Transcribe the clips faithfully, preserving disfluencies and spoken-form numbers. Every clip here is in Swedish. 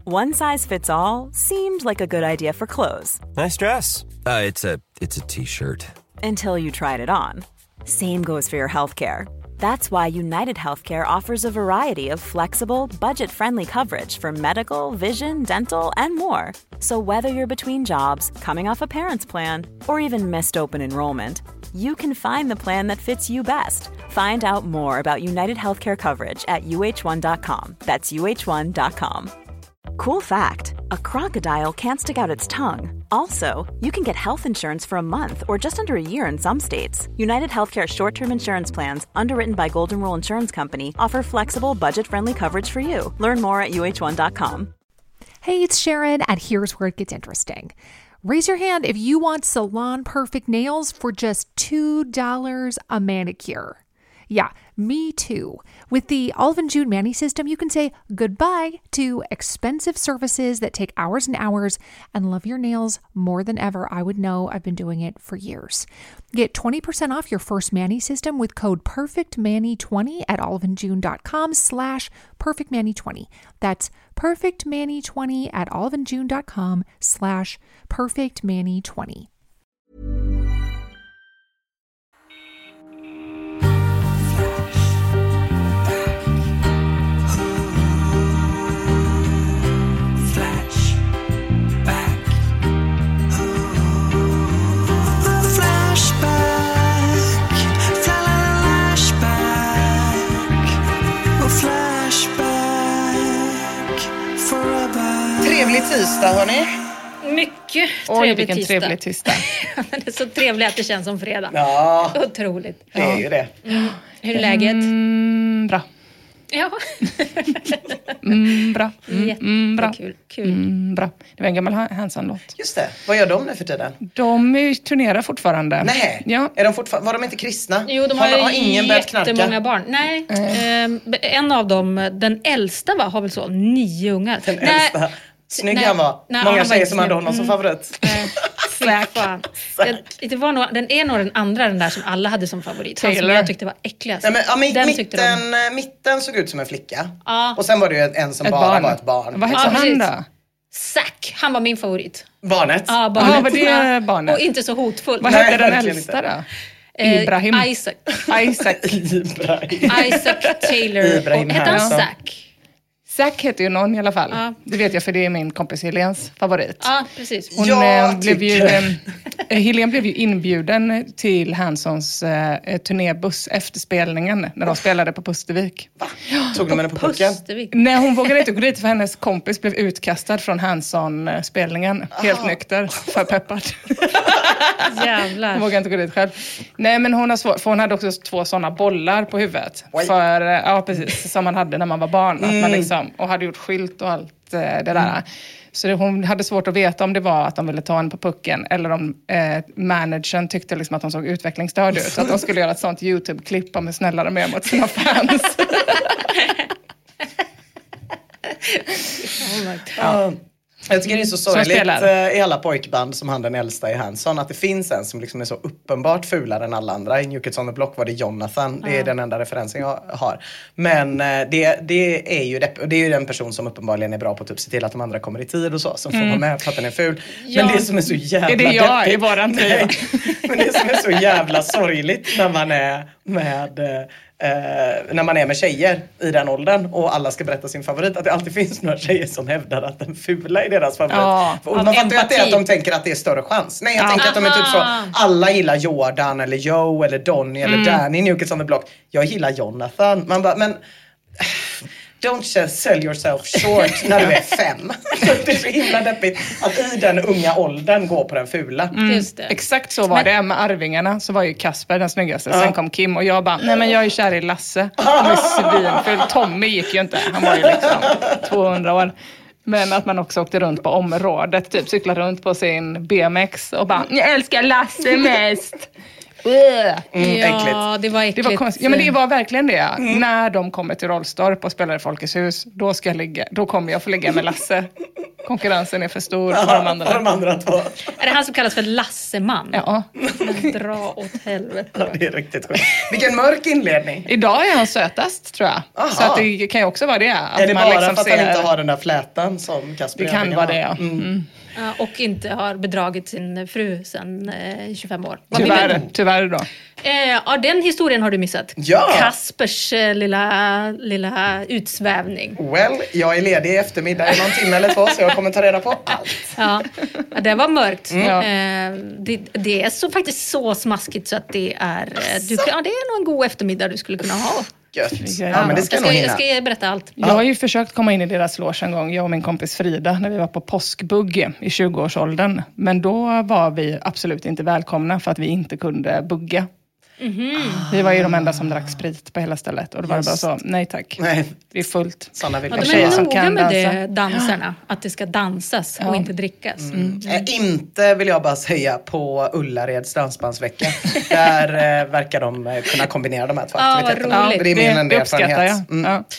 One size fits all seemed like a good idea for clothes. Nice dress. Uh, it's a it's a t-shirt. Until you tried it on. Same goes for your healthcare. That's why United Healthcare offers a variety of flexible, budget-friendly coverage for medical, vision, dental, and more. So whether you're between jobs, coming off a parent's plan, or even missed open enrollment, you can find the plan that fits you best. Find out more about United Healthcare coverage at U H one dot com. That's U H one dot com. Cool fact, a crocodile can't stick out its tongue. Also, you can get health insurance for a month or just under a year in some states. United Healthcare short-term insurance plans, underwritten by Golden Rule Insurance Company, offer flexible, budget-friendly coverage for you. Learn more at U H one dot com. Hey, it's Sharon, and here's where it gets interesting. Raise your hand if you want salon perfect nails for just two dollars a manicure. Yeah, me too. With the Olive and June Mani system, you can say goodbye to expensive services that take hours and hours and love your nails more than ever. I would know. I've been doing it for years. Get twenty percent off your first Mani system with code perfect mani twenty at oliveandjune.com slash perfectmani20. That's perfectmani20 at oliveandjune.com slash perfectmani20. Trevlig tisdag, hörni. Mycket Oj, trevlig vilken tisdag. trevlig tisdag. Det är så trevligt att det känns som fredag. Ja, Otroligt. det är ju det. Mm. Hur är läget? Mm, bra. Ja. Mm, bra. Mm, mm, bra. Jättekul. Kul. Mm, bra. Det var en gammal Hanson-låt. Just det. Vad gör de nu för tiden? De turnerar fortfarande. Nej. Ja. Är de fortfarande, var de inte kristna? Jo, de har, har, har ingen börjat knarka? jättemånga barn. Nej, Mm. eh, en av dem, den äldsta va, har väl så nio ungar. Den Nej, äldsta. Snygg nej, han var. nej, Många han var tjejer inte som hade snygg. honom som Mm. favorit. Eh, fy fan. Det, det var nog, den är nog den andra, den där som alla hade som favorit. Han som Taylor. jag tyckte var äckligast. Nej, men, ja, men, den tyckte mitten, de. mitten såg ut som en flicka. Ja. Och sen var det ju en som Ett bara barn. var ett barn. Vad hette Ja, han precis. då? Zack, han var min favorit. Barnet. Ja, barnet. Ja, var det barnet? Och inte så hotfull. Vad Nej, hette den verkligen äldsta inte. då? Eh, Ibrahim. Isaac. Isaac. Ibrahim. Isaac Taylor. Ibrahim Och hette han Hanson. Zack? Zack heter ju någon i alla fall. Ja. Det vet jag för det är min kompis Helens favorit. Ja, precis. Hon Jag eh, blev ju, tycker- eh, Helene blev ju inbjuden till Hansons eh, turnébuss efter spelningen när de spelade på Pustervik. Tog de henne på pucken? Pustervik. Nej, hon vågade inte gå dit för hennes kompis blev utkastad från Hanson-spelningen. Helt nykter, för peppad. Hon Jävlar. vågade inte gå dit själv. Nej, men hon har svårt, för hon hade också två sådana bollar på huvudet. Oj. För, eh, ja, precis, som man hade när man var barn. Att man liksom, och hade gjort skylt och allt eh, det där. Så det, hon hade svårt att veta om det var att de ville ta henne på pucken eller om eh, managern tyckte liksom att de såg utvecklingsstörd ut. Så att de skulle göra ett sånt YouTube-klipp om hur snälla de är mot sina fans. Oh my God. Ja. Jag tycker det är så sorgligt spelar. eh, i alla pojkband som han den äldsta i Hanson att det finns en som liksom är så uppenbart fulare än alla andra. I New Kids on the Block var det Jonathan. Det är den enda referensen jag har. Men eh, det, det är ju det, och det är ju den person som uppenbarligen är bra på att typ se till att de andra kommer i tid och så. Som får vara med för att den är ful. Ja. Men det som är så jävla Är det jag deppigt- i våran tid? Nej, men det som är så jävla sorgligt när man är med... Eh, Eh, när man är med tjejer i den åldern och alla ska berätta sin favorit, att det alltid finns några tjejer som hävdar att den fula är deras favorit. Ja, och av man fattar ju att det är att empati. de tänker att det är större chans. Nej, jag Ja. tänker att de är typ så, Aha. alla gillar Jordan eller Joe eller Donny eller Danny, New Kids on the Block. Jag gillar Jonathan. Man bara, men don't just sell yourself short när du är fem. Det är så himla deppigt att i den unga åldern gå på den fula. Just det. Exakt så var det med Arvingarna. Så var ju Kasper den snyggaste. Sen kom Kim och jag bara, nej men jag är kär i Lasse. Han är svinfull. Tommy gick ju inte. Han var ju liksom tvåhundra år. Men att man också åkte runt på området. Typ cyklade runt på sin B M X och bara, jag älskar Lasse mest. Mm, Ja, äckligt. det var Det äckligt. var konstigt. Ja, men det var verkligen det. När de kommer till Rollstorp och spelar i Folkets hus, då ska jag ligga, då kommer jag få ligga med Lasse. konkurrensen är för stor för de andra. För de andra två. Är det han som kallas för Lasseman? Ja. Men dra åt helvete. Ja, det är riktigt sjukt. Vilken mörk inledning. Idag är han sötast, tror jag. Aha. Så att det kan ju också vara det. Att Är det man bara liksom för att ser... han inte har den där flätan som Kasper Det kan vara det, ja. Mm. Ja, och inte har bedragit sin fru sedan eh, tjugofem år. Vad Tyvärr, vill tyvärr då. du? Eh, ja, den historien har du missat. Ja. Kaspers eh, lilla, lilla utsvävning. Well, jag är ledig i eftermiddag i någon timme eller två så jag kommer ta reda på allt. Ja, ja, det var mörkt. Ja. Eh, det, det är så, faktiskt så smaskigt så att det är... eh, Du, ja, det är nog en god eftermiddag du skulle kunna ha. Gött. Ja, Ja, men det ska Jag nog ska, hinna. jag ska berätta allt. Jag har ju försökt komma in i deras loge en gång, jag och min kompis Frida, när vi var på påskbugg i tjugoårsåldern. Men då var vi absolut inte välkomna för att vi inte kunde bugga. Mm-hmm. Vi var ju de enda som drack sprit på hela stället. Och då var det bara så, nej tack. Nej. Det är fullt. Såna vill Ja, jag de tjejer är som noga kan med dansa. det, dansarna. Att det ska dansas och inte drickas. Mm. Mm. Inte vill jag bara säga på Ullareds dansbandsvecka. Där eh, verkar de eh, kunna kombinera de här två Ja, vad aktiviteterna. roligt. Det är min enda det uppskattar jag. erfarenhet. Mm. Ja.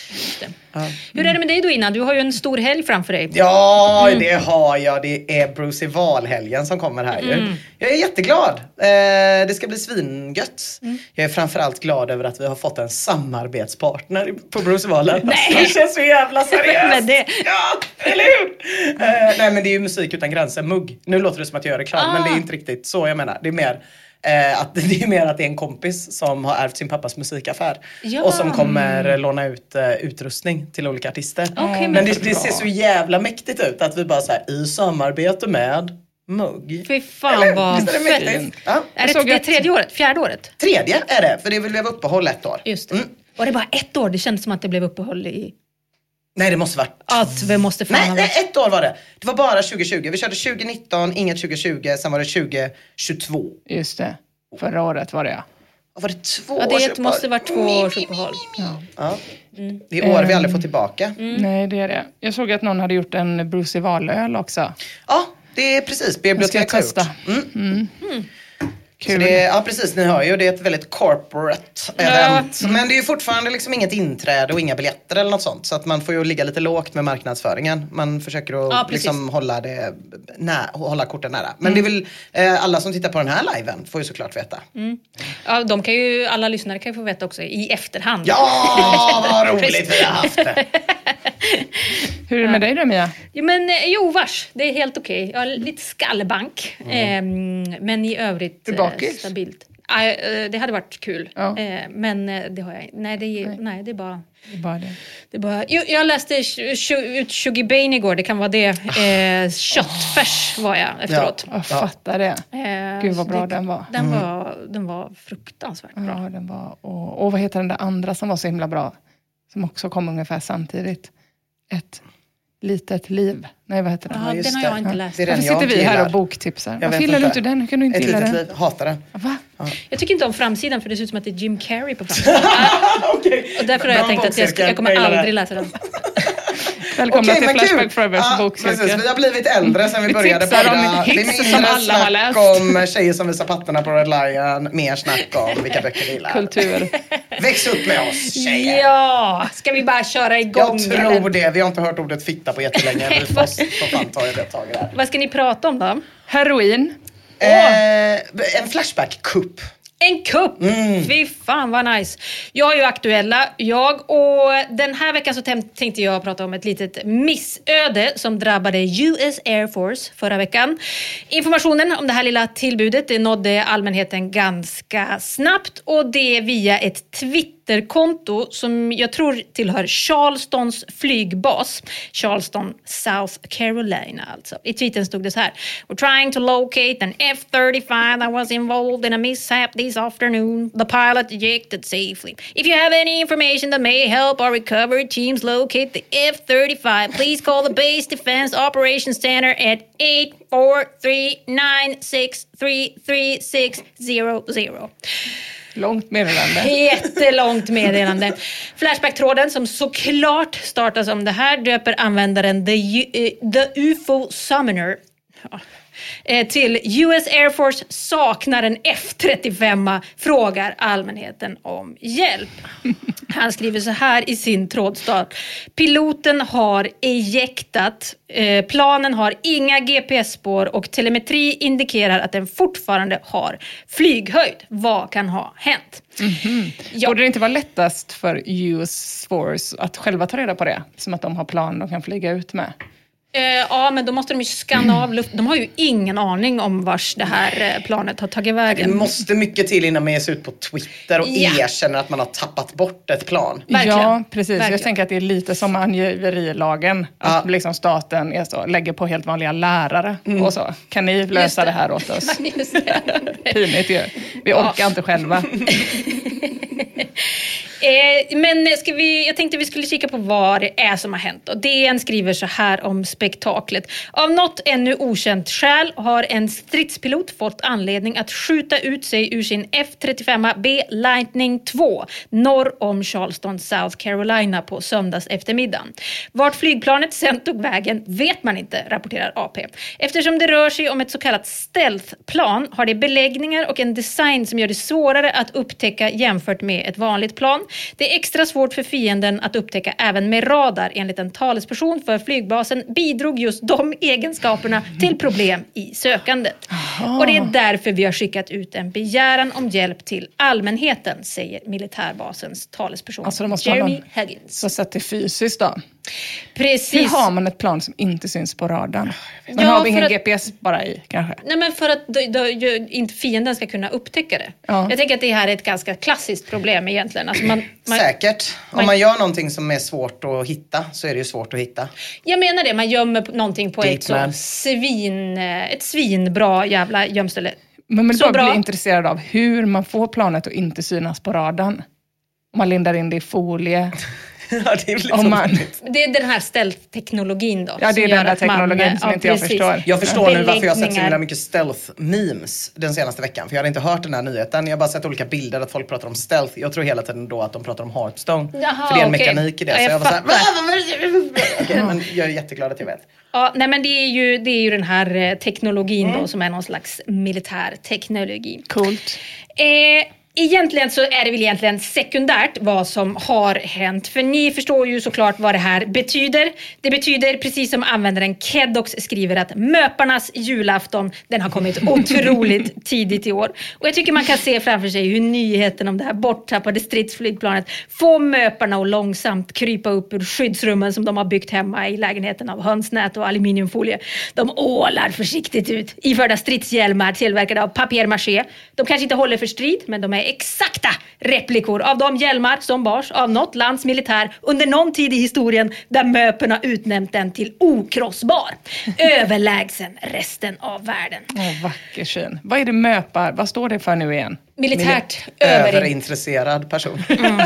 Hur är det med dig då, Ina? Du har ju en stor helg framför dig. Ja, det har jag. Det är Bruce i Valhelgen som kommer här ju. Mm. Jag är jätteglad. Eh, det ska bli svingött. Mm. Jag är framförallt glad över att vi har fått en samarbetspartner på Bruce i Valen. Nej! Det känns så jävla seriöst. Men det- Ja, eller hur? Eh, nej, men det är ju Musik utan gränser, mugg. Nu låter det som att jag gör reklam, Ah. men det är inte riktigt så jag menar. Det är mer... Eh, att det är mer att det är en kompis som har ärvt sin pappas musikaffär Ja. och som kommer låna ut eh, utrustning till olika artister. Okej, men men det, det ser så jävla mäktigt ut att vi bara så här, i samarbete med mugg. Fy fan Eller, vad visst är det fett. mäktigt? Ja. Är det, såg det är att- tredje året? Fjärde året? Tredje är det, för det vill vi ha uppehåll ett år. Just det. Mm. Var det bara ett år? Det kändes som att det blev uppehåll i... Nej, det måste vara... Att vi måste fan Nej, ha nej, varit... ett år var det. Det var bara tjugo tjugo. Vi körde tjugo nitton, inget tjugo tjugo, sen var det tjugo tjugotvå. Just det. Förra året var det, ja. Och var det två Ja, det års är- uppehåll? måste vara två års uppehåll. Ja. Det är år vi aldrig får tillbaka. Mm. Nej, det är det. Jag såg att någon hade gjort en Bruce i Valöl också. Ja, det är precis. Biblioteket har gjort. testa. Mm. Så Kul. det är, ja precis, ni hör ju, det är ett väldigt corporate event. Men det är ju fortfarande liksom inget inträde och inga biljetter eller något sånt. Så att man får ju ligga lite lågt med marknadsföringen. Man försöker att Ja, precis. liksom hålla, det nä, hålla korten nära. Men det är väl, eh, alla som tittar på den här liven får ju såklart veta. Ja, de kan ju, alla lyssnare kan ju få veta också i efterhand. Ja, vad roligt vi har haft det. Hur är det med dig då, Mia? Jo, men eh, jo, vars. Det är helt okej. Jag har lite skallbank. Ehm, men i övrigt Är du bakis? eh, stabilt. Ah, eh, det hade varit kul. Ja. Eh, men eh, det har jag inte. Nej, det är, nej, det är bara... Det är bara det. Det är bara jo, jag läste tj- tj- ut Shuggy Bane igår. Det kan vara det. Eh, köttfärs var jag efteråt. Jag fattar det. Eh, Gud vad så bra det, den var. Den var, den var fruktansvärt bra. Ja, den var... Och, och vad heter den där andra som var så himla bra? Som också kom ungefär samtidigt. Ett litet liv. Nej, vad heter den? Ja, just den har jag det. inte Ja. läst. Det är den Varför jag sitter vi här gillar. och boktipsar? Jag Varför vet gillar du inte. inte den? Hur kan du inte Ett gilla litet den? liv, hatar den. Va? Jag tycker inte om framsidan för det ser ut som att det är Jim Carrey på framsidan. Okej. Och därför har jag tänkt att jag, ska, jag kommer gillar det. aldrig läsa den. Välkomna Okej, till men Flashback kul. Forevers Ja, bokcirkel. precis. Vi har blivit äldre sen vi Vi började tipsar om podda. Det är hits mindre som alla har snack läst. om tjejer som visar pattarna på Red Lion, mer snack om vilka böcker vi gillar. Kultur. Väx upp med oss, tjejer. Ja, ska vi bara köra igång? Jag tror eller? det. Vi har inte hört ordet fitta på jättelänge. Vi måste få fan ta ett tag i det här. Vad ska ni prata om då? Heroin. Eh, en flashback-kupp. En kupp! Mm. Fy fan vad nice. Jag är ju aktuella. Jag och den här veckan så täm- tänkte jag prata om ett litet missöde som drabbade U S Air Force förra veckan. Informationen om det här lilla tillbudet det nådde allmänheten ganska snabbt och det via ett Twitterkonto som jag tror tillhör Charlestons flygbas. Charleston, South Carolina alltså. I tweeten stod det så här. We're trying to locate an F thirty-five that was involved in a mishap this afternoon. The pilot ejected safely. If you have any information that may help our recovery teams locate the F thirty-five, please call the Base Defense Operations Center at eight four three nine six three three six zero zero. Långt meddelande. Jättelångt meddelande. Flashback-tråden som såklart startas om det här döper användaren The, U- eh, the U F O Summoner. Ja. Eh, till U S Air Force saknar en F trettiofem, frågar allmänheten om hjälp. Han skriver så här i sin trådstart. Piloten har ejektat. Eh, planen har inga G P S-spår och telemetri indikerar att den fortfarande har flyghöjd. Vad kan ha hänt? Mm-hmm. Ja. Borde det inte vara lättast för U S Force att själva ta reda på det? Som att de har plan de kan flyga ut med. Eh, ja, men då måste de ju skanna av luft. De har ju ingen aning om vars det här eh, planet har tagit vägen. Det måste mycket till innan man ger sig ut på Twitter och Ja. erkänner att man har tappat bort ett plan. Verkligen. Ja, precis. Verkligen. Jag tänker att det är lite som angiverilagen. Att Ja. liksom staten är så, lägger på helt vanliga lärare och så. Kan ni lösa det. det. här åt oss? Just det. Pinigt ju. Vi orkar inte själva. Eh, men ska vi, jag tänkte vi skulle kika på vad det är som har hänt. Och D N skriver så här om spektaklet. Av något ännu okänt skäl har en stridspilot fått anledning att skjuta ut sig ur sin F trettiofem B Lightning två norr om Charleston, South Carolina på söndags eftermiddagen. Vart flygplanet sen tog vägen vet man inte, rapporterar A P. Eftersom det rör sig om ett så kallat stealth-plan har det beläggningar och en design som gör det svårare att upptäcka jämfört med ett vanligt plan. Det är extra svårt för fienden att upptäcka även med radar. Enligt en talesperson för flygbasen bidrog just de egenskaperna till problem i sökandet. Och det är därför vi har skickat ut en begäran om hjälp till allmänheten, säger militärbasens talesperson Alltså det måste Jeremy vara någon Huggins. så sätt det fysiskt då. Precis. Hur har man ett plan som inte syns på radarn? Man Ja, har vi ingen för att- G P S bara i kanske? Nej, men för att då, då, ju, inte fienden ska kunna upptäcka det. Ja. Jag tänker att det här är ett ganska klassiskt problem egentligen. Alltså man, man, Säkert. Om man- man gör någonting som är svårt att hitta så är det ju svårt att hitta. Jag menar det, man gömmer på- någonting på ett, så Deepman. svin, ett svinbra jävla gömställe. Men man Så bara bra. blir intresserad av hur man får planet att inte synas på radarn. Om man lindar in det i folie. Ja, det är liksom Om man, Det är den här stealth-teknologin då. ja, det som är gör den där att man, teknologin som ja, inte jag precis. förstår. Jag förstår nu varför jag har sett så Beläggningar. himla mycket stealth-memes den senaste veckan. För jag hade inte hört den här nyheten. Jag har bara sett olika bilder att folk pratar om stealth. Jag tror hela tiden då att de pratar om Hearthstone. Jaha, för det är en okej. mekanik i det. Ja, så jag jag var så här, fattar. Okej, men jag är jätteglad att jag vet. Ja, nej, men det är ju, det är ju den här eh, teknologin då som är någon slags militär teknologi. Coolt. Eh, Egentligen så är det väl egentligen sekundärt vad som har hänt. För ni förstår ju såklart vad det här betyder. Det betyder, precis som användaren Keddox skriver, att möparnas julafton, den har kommit otroligt tidigt i år. Och jag tycker man kan se framför sig hur nyheten om det här borttappade stridsflygplanet får möparna att långsamt krypa upp ur skyddsrummen som de har byggt hemma i lägenheten av hönsnät och aluminiumfolie. De ålar försiktigt ut, iförda stridshjälmar tillverkade av papier-maché. De kanske inte håller för strid, men de är exakta replikor av de hjälmar som bars av något lands militär under någon tid i historien där möperna utnämnt den till okrossbar. Överlägsen resten av världen. Åh, vacker syn. Vad är det möpar? Vad står det för nu igen? Militärt över... Överintresserad person.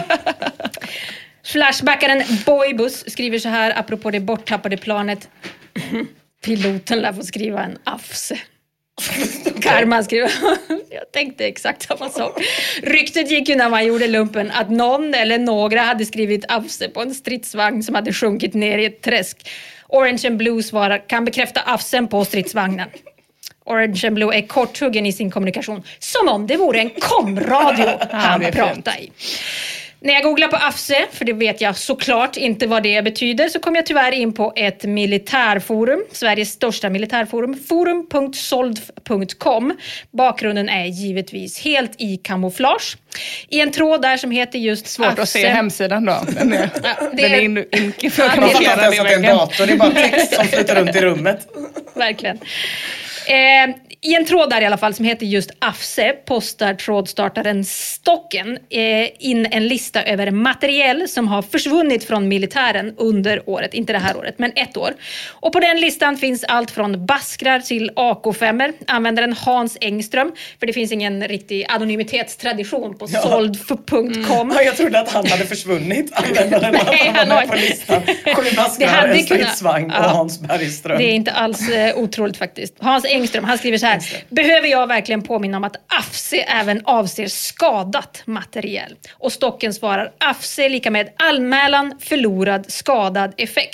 Flashbackaren Boybus skriver så här apropå det borttappade planet. Piloten lär få skriva en afse. Karma skriver. Jag tänkte exakt samma sak. Ryktet gick ju när man gjorde lumpen att någon eller några hade skrivit afse på en stridsvagn som hade sjunkit ner i ett träsk. Orange and Blue svarar, kan bekräfta afsen på stridsvagnen. Orange and Blue är korthuggen i sin kommunikation. Som om det vore en komradio han det är pratar i. När jag googlar på A F S E, för det vet jag såklart inte vad det betyder, så kom jag tyvärr in på ett militärforum, Sveriges största militärforum, forum punkt soldf punkt com. Bakgrunden är givetvis helt i kamouflage. I en tråd där som heter just Svårt A F S E. att se hemsidan då. Den är, Ja, det den är är- in, in, Ja, Man det är- fattar inte kamouflerad ens i att det är en väggen. dator. Det är bara text som flyter runt i rummet. Verkligen. Eh, I en tråd där i alla fall som heter just A F S E postar trådstartaren Stocken eh, in en lista över materiel som har försvunnit från militären under året. Inte det här året, men ett år. Och på den listan finns allt från baskrar till A K fem. Användaren Hans Engström, för det finns ingen riktig anonymitetstradition på Ja. sold punkt com. Ja, jag trodde att han hade försvunnit. Användaren att Nej, han han var har med på inte. listan. Sju Det baskrar, hade en kunnat- stridsvagn och Ja. Hans Bergström. Det är inte alls eh, otroligt faktiskt. Hans Engström, han skriver så här. Behöver jag verkligen påminna om att A F S E även avser skadat materiel? Och Stocken svarar A F S E lika med anmälan, förlorad, skadad effekt.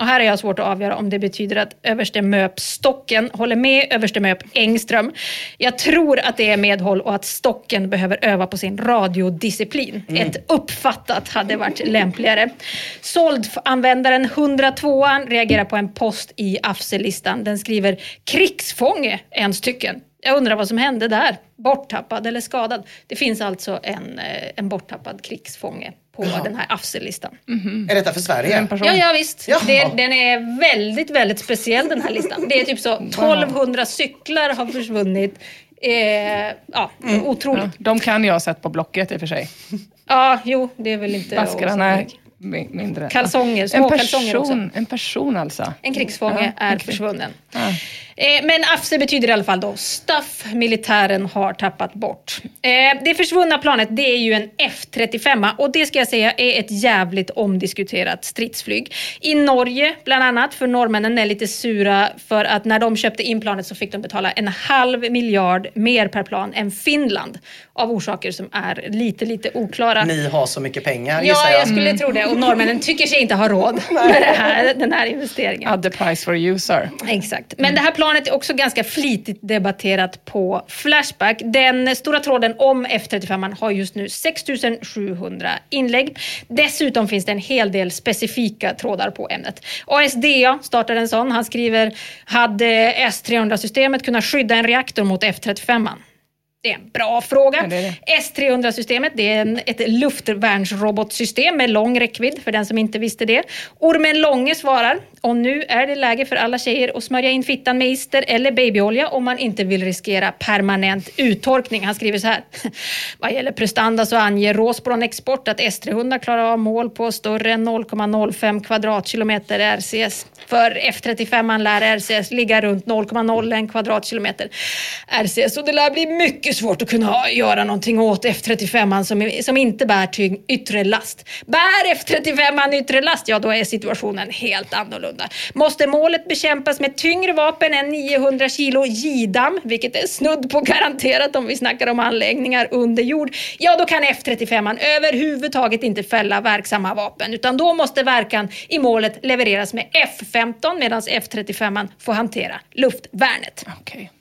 Och här är jag svårt att avgöra om det betyder att överste Möp Stocken håller med överste Möp Engström. Jag tror att det är medhåll och att Stocken behöver öva på sin radiodisciplin. Mm. Ett uppfattat hade varit lämpligare. Såld-användaren hundratvåan reagerar på en post i A F S E-listan. Den skriver krigsfånge en stycken. Jag undrar vad som hände där. Borttappad eller skadad. Det finns alltså en, en borttappad krigsfånge på ja. den här A F S E-listan. Mm-hmm. Är detta för Sverige? Ja, ja visst. Det, den är väldigt, väldigt speciell den här listan. Det är typ så tolvhundra cyklar har försvunnit. Eh, ja, mm. otroligt. Ja, de kan jag ha sett på Blocket i och för sig. Ja, jo, det är väl inte... Baskarna mindre. Kalsonger, små en person, kalsonger också. En person alltså. En krigsfånge ja, är okay. försvunnen. Ja. Eh, men A F S E betyder i alla fall då stuff militären har tappat bort. Eh, det försvunna planet, det är ju en F trettiofem och det ska jag säga är ett jävligt omdiskuterat stridsflyg. I Norge bland annat, för norrmännen är lite sura för att när de köpte in planet så fick de betala en halv miljard mer per plan än Finland av orsaker som är lite, lite oklara. Ni har så mycket pengar, Ja, jag. jag skulle mm. tro det. Och norrmännen tycker sig inte ha råd med det här, den här investeringen. Ja, the price for user. Exakt. Men mm. det här planet är också ganska flitigt debatterat på Flashback. Den stora tråden om F trettiofem har just nu sex tusen sjuhundra inlägg. Dessutom finns det en hel del specifika trådar på ämnet. A S D A startar en sån. Han skriver, hade S trehundra-systemet kunnat skydda en reaktor mot F trettiofem? Det är en bra fråga. Ja, det är det. S trehundra-systemet det är en, ett luftvärnsrobotsystem med lång räckvidd för den som inte visste det. Ormen Långe svarar, och nu är det läge för alla tjejer att smörja in fittan med ister eller babyolja om man inte vill riskera permanent uttorkning. Han skriver så här. Vad gäller prestanda så anger Råsbron Export att S trehundra klarar av mål på större än noll komma noll fem kvadratkilometer R C S. För F trettiofem lär R C S ligga runt noll komma noll ett kvadratkilometer R C S. Och det lär bli mycket svårt att kunna göra någonting åt F trettiofem som, som inte bär tyng yttre last. Bär F trettiofem yttre last, ja då är situationen helt annorlunda. Måste målet bekämpas med tyngre vapen än niohundra kilo J-damm, vilket är snudd på garanterat om vi snackar om anläggningar under jord, ja då kan F trettiofem överhuvudtaget inte fälla verksamma vapen, utan då måste verkan i målet levereras med F femton medan F trettiofem får hantera luftvärnet. Okej. Okay.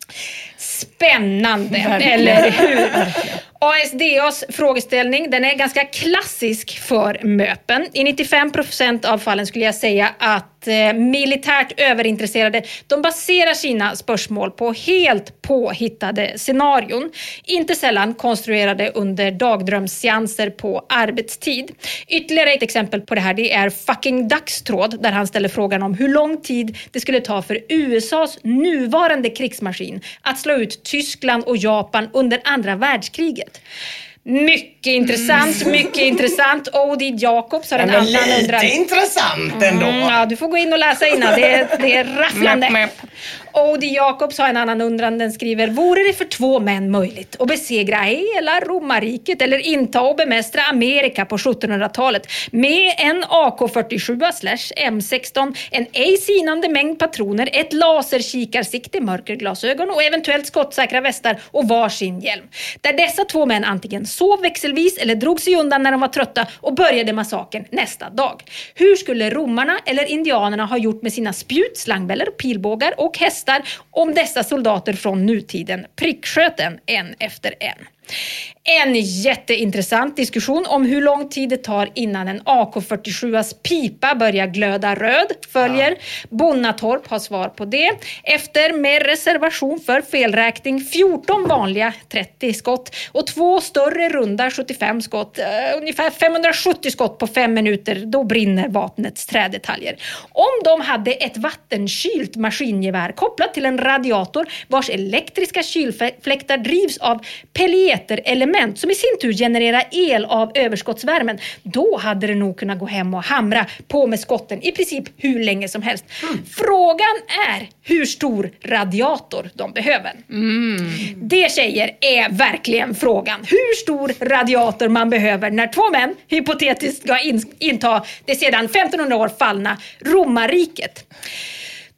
Spännande, eller hur? A S D A:s frågeställning, den är ganska klassisk för möpen. I nittiofem procent av fallen skulle jag säga att eh, militärt överintresserade, de baserar sina spörsmål på helt påhittade scenarion. Inte sällan konstruerade under dagdrömsseanser på arbetstid. Ytterligare ett exempel på det här, det är Fucking Ducks tråd, där han ställer frågan om hur lång tid det skulle ta för U S A:s nuvarande krigsmaskin att slå ut Tyskland och Japan under andra världskriget. Mycket intressant, mm. mycket intressant. Odie Jacobs har en annan lite undran. Intressant ändå. Mm, ja, du får gå in och läsa innan. Det är, det är rafflande. Odie Jacobs har en annan undran. Den skriver, vore det för två män möjligt att besegra hela romarriket eller inta och bemästra Amerika på sjuttonhundratalet med en A K fyrtiosju slash M sexton, en ej sinande mängd patroner, ett laserkikarsikte, mörkerglasögon och eventuellt skottsäkra västar och varsin hjälm. Där dessa två män antingen sov växelvis eller drog sig undan när de var trötta och började massakern nästa dag. Hur skulle romarna eller indianerna ha gjort med sina spjut, slangbällor, pilbågar och hästar om dessa soldater från nutiden pricksköt en, en efter en? En jätteintressant diskussion om hur lång tid det tar innan en A K fyrtiosju:s pipa börjar glöda röd följer. Ja. Bonnatorp har svar på det. Efter med reservation för felräkning fjorton vanliga trettio skott och två större runda sjuttiofem skott. Uh, ungefär femhundrasjuttio skott på fem minuter. Då brinner vapnets trädetaljer. Om de hade ett vattenkylt maskingevär kopplat till en radiator vars elektriska kylfläktar drivs av pelleterelement som i sin tur genererar el av överskottsvärmen, då hade det nog kunnat gå hem och hamra på med skotten i princip hur länge som helst. Mm. Frågan är hur stor radiator de behöver. Mm. Det, tjejer, är verkligen frågan. Hur stor radiator man behöver när två män hypotetiskt ska in- inta det sedan femtonhundra år fallna romarriket.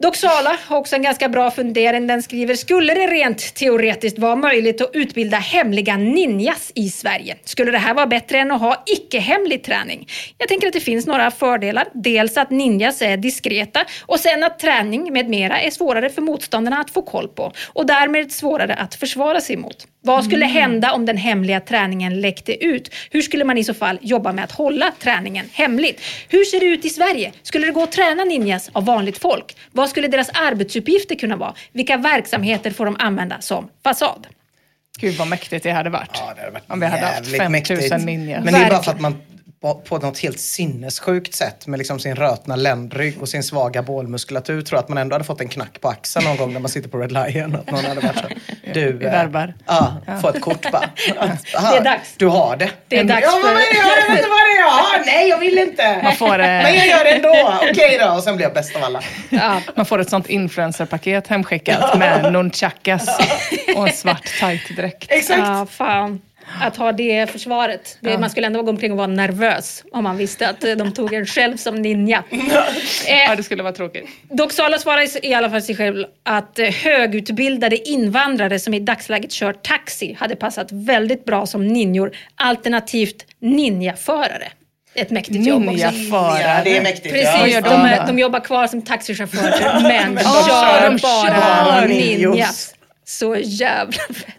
Doxala har också en ganska bra fundering. Den skriver, skulle det rent teoretiskt vara möjligt att utbilda hemliga ninjas i Sverige? Skulle det här vara bättre än att ha icke-hemlig träning? Jag tänker att det finns några fördelar. Dels att ninjas är diskreta och sen att träning med mera är svårare för motståndarna att få koll på och därmed svårare att försvara sig mot. Vad skulle mm. hända om den hemliga träningen läckte ut? Hur skulle man i så fall jobba med att hålla träningen hemligt? Hur ser det ut i Sverige? Skulle det gå att träna ninjas av vanligt folk? Vad skulle deras arbetsuppgifter kunna vara? Vilka verksamheter får de använda som fasad? Gud vad mäktigt det hade varit. Ja, det hade varit om vi hade haft fem tusen ninjas. Men det är bara för att man på, på något helt sinnessjukt sätt med liksom sin rötna ländrygg och sin svaga bålmuskulatur tror att man ändå hade fått en knack på axeln någon gång när man sitter på Red Lion. Att någon hade varit så. Du, I värbar. Ja, ja, få ett kort bara. Aha, det är dags. Du har det. Det är dags ja, för... men jag vet inte vad det är jag har. Nej, jag vill inte. Man får, eh... Men jag gör det ändå. Okej okay då. Och sen blir jag bäst av alla. Ja. Man får ett sånt influencerpaket hemskickat med nunchakas och en svart tight dräkt. Exakt. Ja, fan. Att ha det försvaret. Det, ja. Man skulle ändå gå omkring och vara nervös om man visste att de tog en själv som ninja. Ja, det skulle vara tråkigt. Doxala svarar i alla fall sig själv att högutbildade invandrare som i dagsläget kör taxi hade passat väldigt bra som ninjor, alternativt ninjaförare. Ett mäktigt jobb också. Ninjaförare. Ja, det är mäktigt. Precis, ja. de, är, de jobbar kvar som taxichaufförer men oh, kör de bara kör ninjas. Så jävla fett.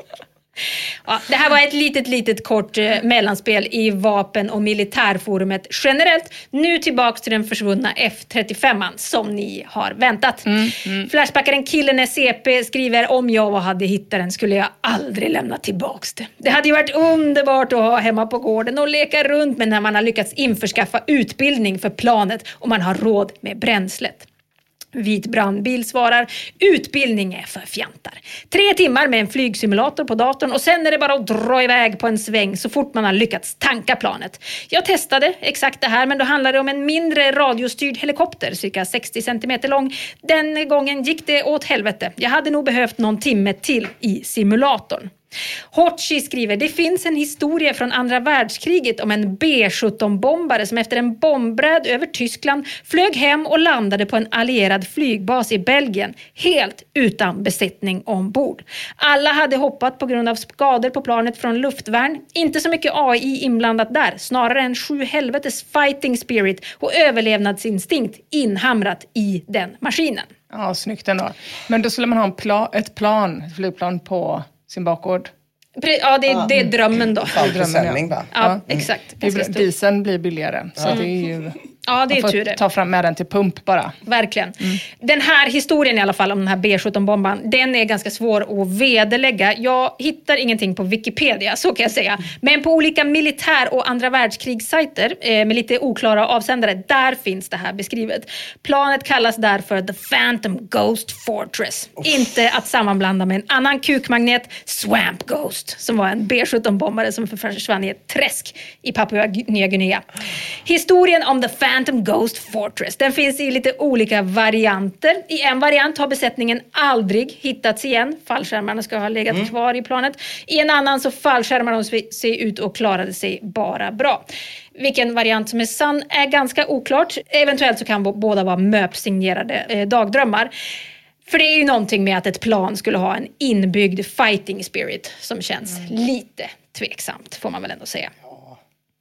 Ja, det här var ett litet, litet kort eh, mellanspel i vapen- och militärforumet generellt. Nu tillbaks till den försvunna F trettiofem som ni har väntat. Mm, mm. Flashbackaren Killen är C P skriver, om jag hade hittat den skulle jag aldrig lämna tillbaks det. Det hade ju varit underbart att ha hemma på gården och leka runt med när man har lyckats införskaffa utbildning för planet och man har råd med bränslet. Vit brandbil svarar, utbildning är för fjantar. Tre timmar med en flygsimulator på datorn och sen är det bara att dra iväg på en sväng så fort man har lyckats tanka planet. Jag testade exakt det här men då handlade det om en mindre radiostyrd helikopter, cirka sextio centimeter lång. Den gången gick det åt helvete. Jag hade nog behövt någon timme till i simulatorn. Hochi skriver, det finns en historia från andra världskriget om en B sjutton-bombare som efter en bombräd över Tyskland flög hem och landade på en allierad flygbas i Belgien, helt utan besättning ombord. Alla hade hoppat på grund av skador på planet från luftvärn. Inte så mycket A I inblandat där, snarare en sju helvetes fighting spirit och överlevnadsinstinkt inhamrat i den maskinen. Ja, snyggt ändå. Men då skulle man ha en pla- ett plan, ett flygplan på sin bakgård. Ja, det, det är drömmen då. Fall försäljning bara. Ja, ja, exakt. Mm. Dieseln blir billigare. Så mm. det är ju... Ja, det är man får tur det. ta fram med den till pump bara. Verkligen. Mm. Den här historien i alla fall om den här B sjutton-bomban, den är ganska svår att vederlägga. Jag hittar ingenting på Wikipedia, så kan jag säga. Men på olika militär- och andra världskrigssajter eh, med lite oklara avsändare, där finns det här beskrivet. Planet kallas därför The Phantom Ghost Fortress. Oh. Inte att sammanblanda med en annan kukmagnet, Swamp Ghost, som var en B sjutton-bombare som försvann i ett träsk i Papua Nya Guinea. Historien om The Phantom Phantom Ghost Fortress. Den finns i lite olika varianter. I en variant har besättningen aldrig hittats igen. Fallskärmarna ska ha legat mm. kvar i planet. I en annan så fallskärmarna sig ut och klarade sig bara bra. Vilken variant som är sann är ganska oklart. Eventuellt så kan båda vara möpsignerade eh, dagdrömmar. För det är ju någonting med att ett plan skulle ha en inbyggd fighting spirit som känns mm. lite tveksamt, får man väl ändå säga. Ja.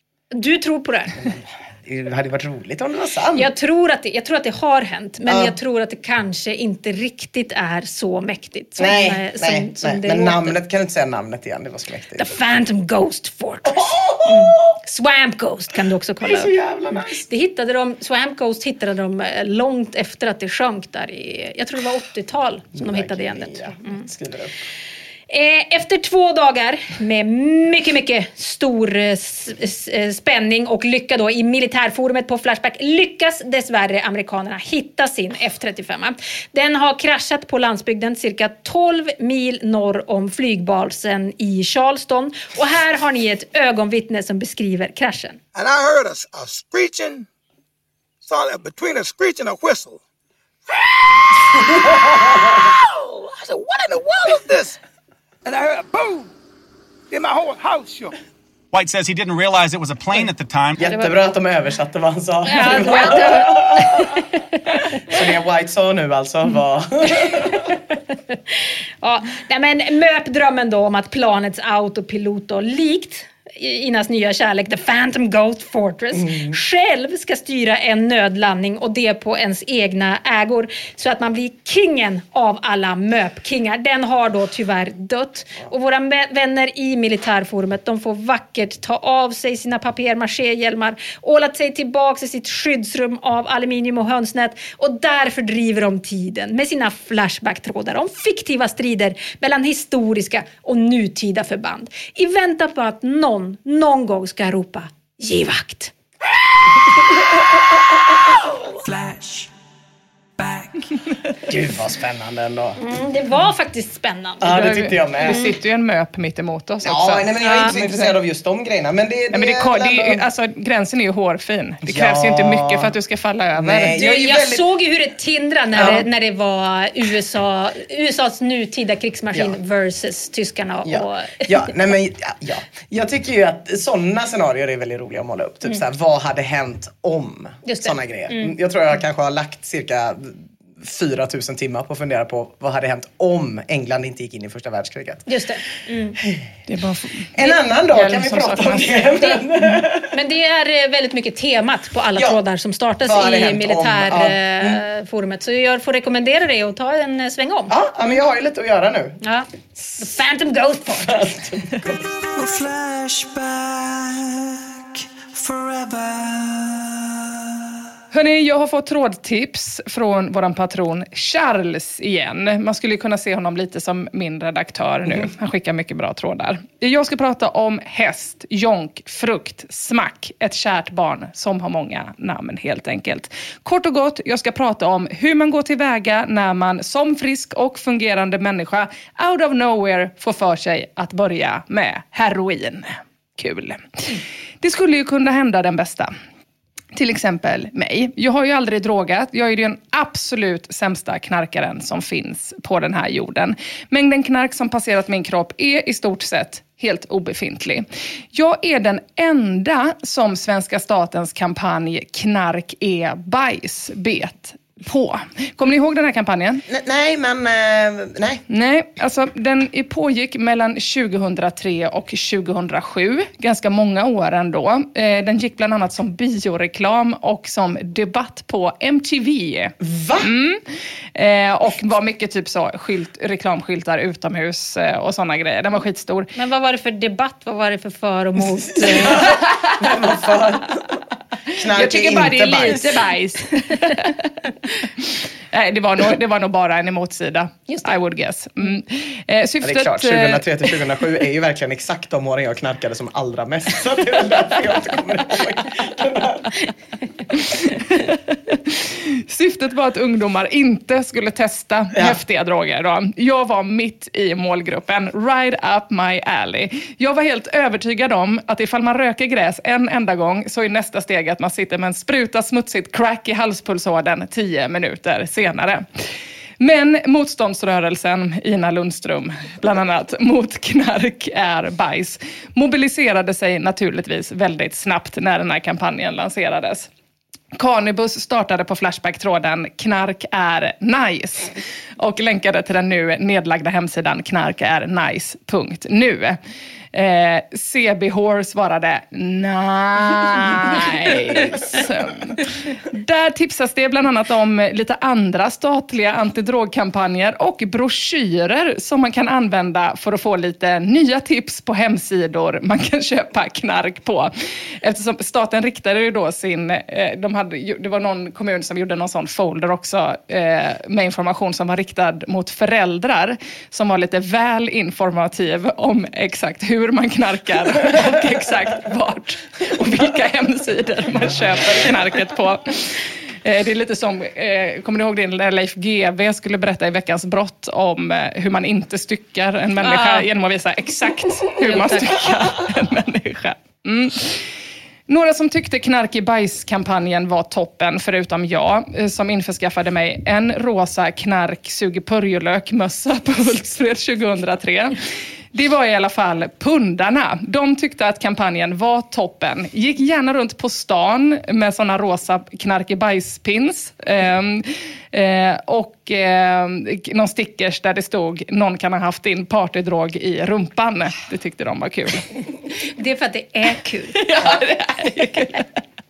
Du tror på det? Det hade varit roligt om det var sant. Jag tror att det, jag tror att det har hänt. Men ja. jag tror att det kanske inte riktigt är så mäktigt. Som, nej, som, nej, som nej. det Men låter. namnet, kan du inte säga namnet igen? Det var så mäktigt. The Phantom Ghost Fortress. Mm. Swamp Ghost kan du också kolla upp. Det är så jävla nice. Det hittade de, Swamp Ghost hittade de långt efter att det sjönk där i, jag tror det var åttiotal som de hittade igen det. Mm. Skriver upp. Efter två dagar med mycket, mycket stor spänning och lycka då i militärforumet på Flashback lyckas dessvärre amerikanerna hitta sin F trettiofem. Den har kraschat på landsbygden cirka tolv mil norr om flygbasen i Charleston. Och här har ni ett ögonvittne som beskriver kraschen. And I heard a, a screeching, solid between a screech and a whistle. I said, what in the world is this? And I heard a boom. Then my whole house shook. White says he didn't realize it was a plane at the time. Jättebra att de översatte vad han sa. Ja, det var- Så det White sa nu alltså var... Ja, nej, men möpdrömmen då om att planets autopilot då, likt Inas nya kärlek, The Phantom Ghost Fortress, mm. själv ska styra en nödlandning och det på ens egna ägor så att man blir kingen av alla möpkingar. Den har då tyvärr dött. Och våra vänner i militärforumet, de får vackert ta av sig sina papier-maché-hjälmar, ålat sig tillbaka i sitt skyddsrum av aluminium och hönsnät och därför driver de tiden med sina flashback-trådar om fiktiva strider mellan historiska och nutida förband. I väntan på att någon någon gång ska ropa givakt. Flash back. Gud vad spännande ändå. Mm, det var faktiskt spännande. Ja, det tyckte jag med. Det sitter ju en möp mitt emot oss också. Ja, nej, men jag är inte så intresserad av just de grejerna. Men det, det, nej, men det, är det, det, alltså, gränsen är ju hårfin. Det krävs ja. ju inte mycket för att du ska falla över. Nej, jag, jag, jag väldigt... såg ju hur det tindrade när, ja. det, när det var U S A, U S A:s nutida krigsmaskin ja. versus tyskarna. Och... Ja. ja, nej men ja, ja. Jag tycker ju att sådana scenarier är väldigt roliga att måla upp. Typ mm. såhär, vad hade hänt om sådana grejer? Mm. Jag tror jag kanske har lagt cirka fyra tusen timmar på att fundera på vad hade hänt om England inte gick in i första världskriget. Just det. Mm. Det är bara f- en annan dag kan vi prata om det. det. Men det är väldigt mycket temat på alla ja. trådar som startas i militärforumet. Ja. Mm. Så jag får rekommendera det och ta en sväng om. Ja, men jag har ju lite att göra nu. Ja. The Phantom Ghost Fortress. Flashback forever. Hörrni, jag har fått trådtips från våran patron Charles igen. Man skulle kunna se honom lite som min redaktör nu. Mm. Han skickar mycket bra trådar. Jag ska prata om häst, jonk, frukt, smack. Ett kärt barn som har många namn helt enkelt. Kort och gott, jag ska prata om hur man går tillväga när man som frisk och fungerande människa out of nowhere får för sig att börja med heroin. Kul. Det skulle ju kunna hända den bästa. Till exempel mig. Jag har ju aldrig drogat. Jag är ju den absolut sämsta knarkaren som finns på den här jorden. Mängden knark som passerat min kropp är i stort sett helt obefintlig. Jag är den enda som svenska statens kampanj Knark är bajs bet på. Kommer ni ihåg den här kampanjen? N- nej, men uh, nej. Nej, alltså den pågick mellan tjugohundratre och tjugohundrasju. Ganska många år ändå. Eh, den gick bland annat som bioreklam och som debatt på M T V. Va? Mm. Eh, och var mycket typ så skylt, reklamskyltar utomhus eh, och sådana grejer. Den var skitstor. Men vad var det för debatt? Vad var det för för och mot? Vad var för? Knark jag tycker är bara det är bajs. lite bajs. Nej, det var, nog, det var nog bara en emotsida. I would guess. Mm. Eh, syftet, ja, det är klart, tjugohundratre till tjugohundrasju är ju verkligen exakt de åren jag knarkade som allra mest. Så det är väl därför jag inte kommer ihåg. Syftet var att ungdomar inte skulle testa ja. häftiga droger. Då. Jag var mitt i målgruppen. Right up my alley. Jag var helt övertygad om att ifall man röker gräs en enda gång så är nästa steg att man sitter med en spruta smutsigt crack i halspulsådern tio minuter senare. Men motståndsrörelsen, Ina Lundström, bland annat mot knark är bajs, mobiliserade sig naturligtvis väldigt snabbt när den här kampanjen lanserades. Carnibus startade på Flashback-tråden Knark är nice och länkade till den nu nedlagda hemsidan knarkärnice punkt nu. Eh, C B H svarade nice. Där tipsas det bland annat om lite andra statliga antidrogkampanjer och broschyrer som man kan använda för att få lite nya tips på hemsidor man kan köpa knark på. Eftersom staten riktade ju då sin, eh, de hade, det var någon kommun som gjorde någon sån folder också eh, med information som var riktad mot föräldrar som var lite väl informativ om exakt hur man knarkar och exakt vart och vilka hemsidor man köper knarket på. Det är lite som, kommer ni ihåg det när Leif G W skulle berätta i Veckans brott om hur man inte styckar en människa ah. genom att visa exakt hur man styckar en människa. Mm. Några som tyckte knark i bajs-kampanjen var toppen, förutom jag, som införskaffade mig en rosa knark suger purjolök-mössa på Hultsfred tjugohundratre. Det var i alla fall pundarna. De tyckte att kampanjen var toppen. Gick gärna runt på stan med såna rosa knarkebajspins. Eh, eh, och eh, någon stickers där det stod någon kan ha haft din partydrog i rumpan. Det tyckte de var kul. Det är för att det är kul. Ja, det är kul.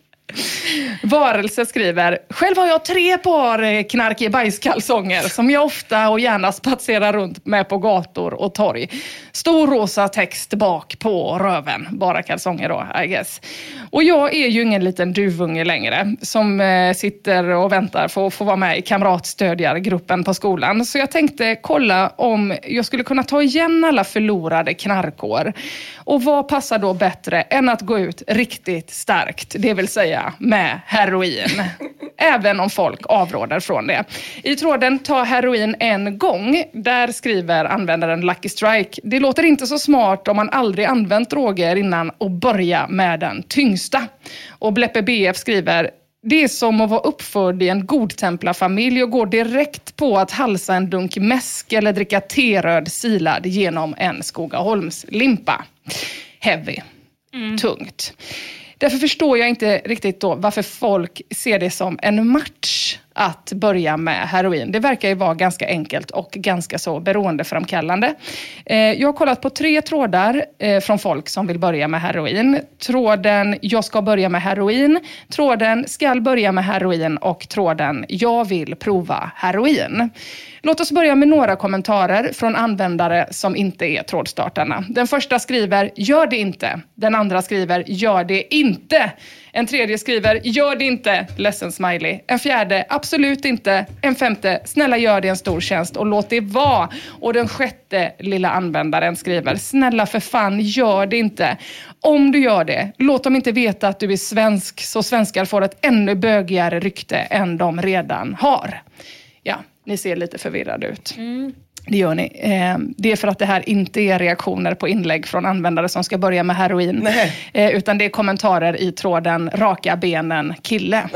Varelse skriver: själv har jag tre par knarkig bajskalsonger som jag ofta och gärna spatserar runt med på gator och torg. Stor rosa text bak på röven. Bara kalsonger då, I guess. Och jag är ju ingen liten duvunge längre som eh, sitter och väntar för att få vara med i kamratstödjargruppen på skolan. Så jag tänkte kolla om jag skulle kunna ta igen alla förlorade knarkår. Och vad passar då bättre än att gå ut riktigt starkt, det vill säga med heroin. Även om folk avråder från det. I tråden Ta heroin en gång, där skriver användaren Lucky Strike: det låter inte så smart om man aldrig använt droger innan och börja med den tyngsta. Och Bleppe B F skriver: det är som att vara uppförd i en godtemplarfamilj och gå direkt på att halsa en dunk mäsk eller dricka teröd silad genom en Skogaholms limpa. Heavy. Mm. Tungt. Därför förstår jag inte riktigt då varför folk ser det som en match att börja med heroin. Det verkar ju vara ganska enkelt och ganska så beroendeframkallande. Eh, jag har kollat på tre trådar eh, från folk som vill börja med heroin. Tråden jag ska börja med heroin, tråden ska börja med heroin och tråden jag vill prova heroin. Låt oss börja med några kommentarer från användare som inte är trådstartarna. Den första skriver: gör det inte. Den andra skriver: gör det inte. En tredje skriver: gör det inte. Ledsen smiley. En fjärde: absolut inte. En femte: snälla gör det en stor tjänst och låt det vara. Och den sjätte lilla användaren skriver: snälla för fan, gör det inte. Om du gör det, låt dem inte veta att du är svensk så svenskar får ett ännu bögigare rykte än de redan har. Ja, ni ser lite förvirrade ut. Mm. Det gör ni. Eh, det är för att det här inte är reaktioner på inlägg från användare som ska börja med heroin. Eh, utan det är kommentarer i tråden raka benen kille.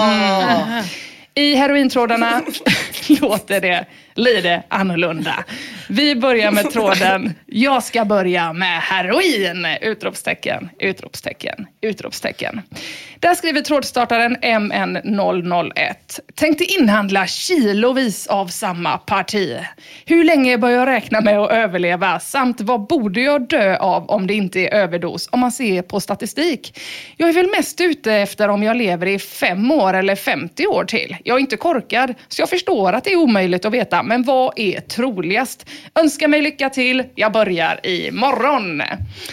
Oh. Mm. I herointrådarna låter det lite annorlunda. Vi börjar med tråden jag ska börja med heroin! Utropstecken, utropstecken, utropstecken. Där skriver trådstartaren M N noll noll ett. Tänkte inhandla kilovis av samma parti. Hur länge bör jag räkna med att överleva? Samt vad borde jag dö av om det inte är överdos? Om man ser på statistik. Jag är väl mest ute efter om jag lever i fem år eller femtio år till. Jag är inte korkad så jag förstår att det är omöjligt att veta. Men vad är troligast? Önskar mig lycka till. Jag börjar imorgon.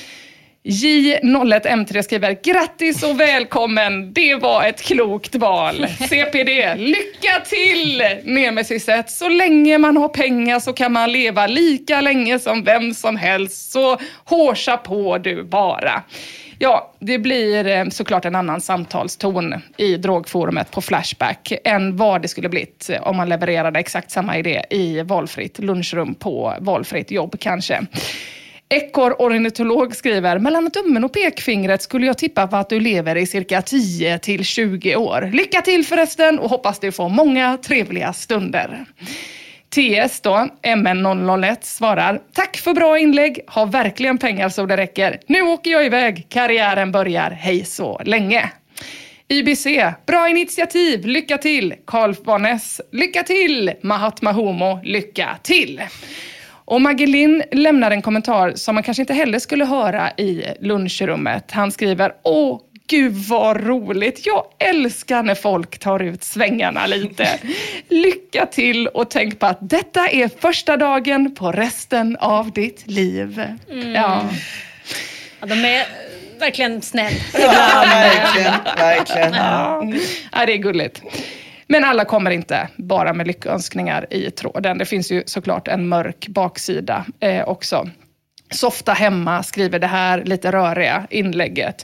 J noll ett M tre skriver: grattis och välkommen. Det var ett klokt val. C P D, lycka till. Nemesiset, så länge man har pengar så kan man leva lika länge som vem som helst. Så hårsa på du bara. Ja, det blir såklart en annan samtalston i drogforumet på Flashback än vad det skulle blivit om man levererade exakt samma idé i valfritt lunchrum på valfritt jobb kanske. Ekor ornitolog skriver: mellan tummen och pekfingret skulle jag tippa på att du lever i cirka tio till tjugo år. Lycka till förresten och hoppas du får många trevliga stunder. T S då, M N noll noll ett svarar: tack för bra inlägg, har verkligen pengar så det räcker. Nu åker jag iväg, karriären börjar, hej så länge. I B C, bra initiativ, lycka till. Carl Vanes, lycka till. Mahatma Homo, lycka till. Och Magdalene lämnar en kommentar som man kanske inte heller skulle höra i lunchrummet. Han skriver: åh gud vad roligt, jag älskar när folk tar ut svängarna lite. Lycka till och tänk på att detta är första dagen på resten av ditt liv. Mm. Ja. Ja, de är verkligen snäll. Ja, verkligen, verkligen. Ja. Ja, det är gulligt. Men alla kommer inte bara med lyckönskningar i tråden. Det finns ju såklart en mörk baksida eh, också. Softa hemma skriver det här lite röriga inlägget.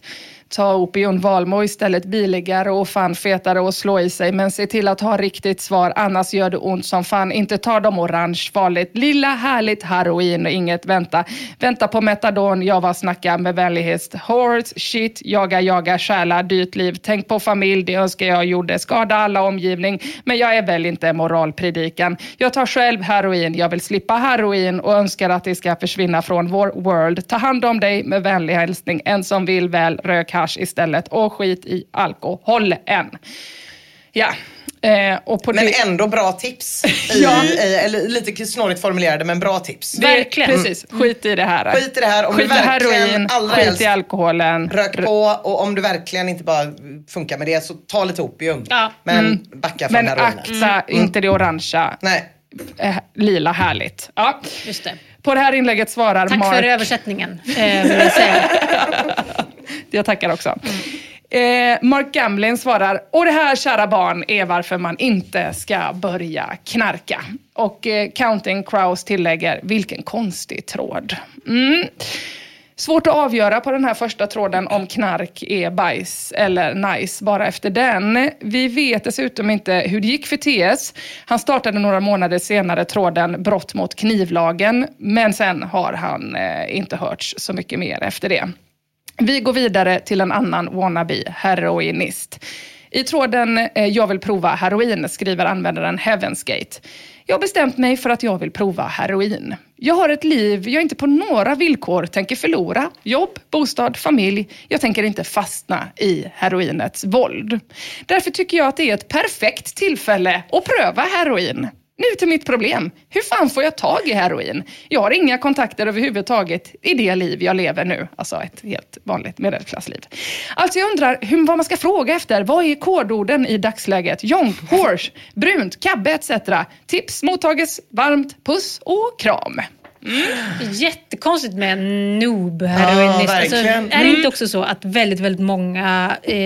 Ta Opion Valmo istället, biligare och fan fetare och slå i sig. Men se till att ha riktigt svar, annars gör det ont som fan. Inte ta dem orange, farligt. Lilla härligt heroin och inget vänta. Vänta på metadon, jag var snacka med vänlighet. Horse, shit, jaga, jaga, stjäla, dyrt liv. Tänk på familj, det önskar jag gjorde. Skada alla omgivning, men jag är väl inte moralpredikan. Jag tar själv heroin, jag vill slippa heroin och önskar att det ska försvinna från vår world. Ta hand om dig med vänlig hälsning. En som vill väl, rök hasch istället och skit i alkoholen. Ja. Eh, och på men det... ändå bra tips. I, ja. i, eller lite snårigt formulerade, men bra tips. Verkligen. Precis, skit i det här. Skit i det här. Om skit du i heroin, skit i alkoholen. Rök på, och om du verkligen inte bara funkar med det, så ta lite opium. Ja. Men mm. backa från men heroinet. Men akta mm. inte det orangea. Nej. Eh, lila härligt. Ja. Just det. På det här inlägget svarar Tack Mark... för översättningen, eh, vill jag säga. Jag tackar också. Mm. Eh, Mark Gamlin svarar, och det här, kära barn, är varför man inte ska börja knarka. Och eh, Counting Crows tillägger, vilken konstig tråd. Mm. Svårt att avgöra på den här första tråden om knark är bajs eller nice bara efter den. Vi vet dessutom inte hur det gick för T S. Han startade några månader senare tråden brott mot knivlagen, men sen har han eh, inte hörts så mycket mer efter det. Vi går vidare till en annan wannabe heroinist. I tråden eh, jag vill prova heroin skriver användaren Heaven's Gate. Jag har bestämt mig för att jag vill prova heroin. Jag har ett liv jag inte på några villkor tänker förlora. Jobb, bostad, familj. Jag tänker inte fastna i heroinets våld. Därför tycker jag att det är ett perfekt tillfälle att pröva heroin. Nu till mitt problem. Hur fan får jag tag i heroin? Jag har inga kontakter överhuvudtaget i det liv jag lever nu. Alltså ett helt vanligt medelklassliv. Alltså jag undrar hur, vad man ska fråga efter. Vad är kodorden i dagsläget? Jonk, horse, brunt, kabbe et cetera. Tips mottages varmt, puss och kram. Mm. Jättekonstigt med en noob-heroinist. Ja, alltså, verkligen. är det inte också så att väldigt, väldigt många eh,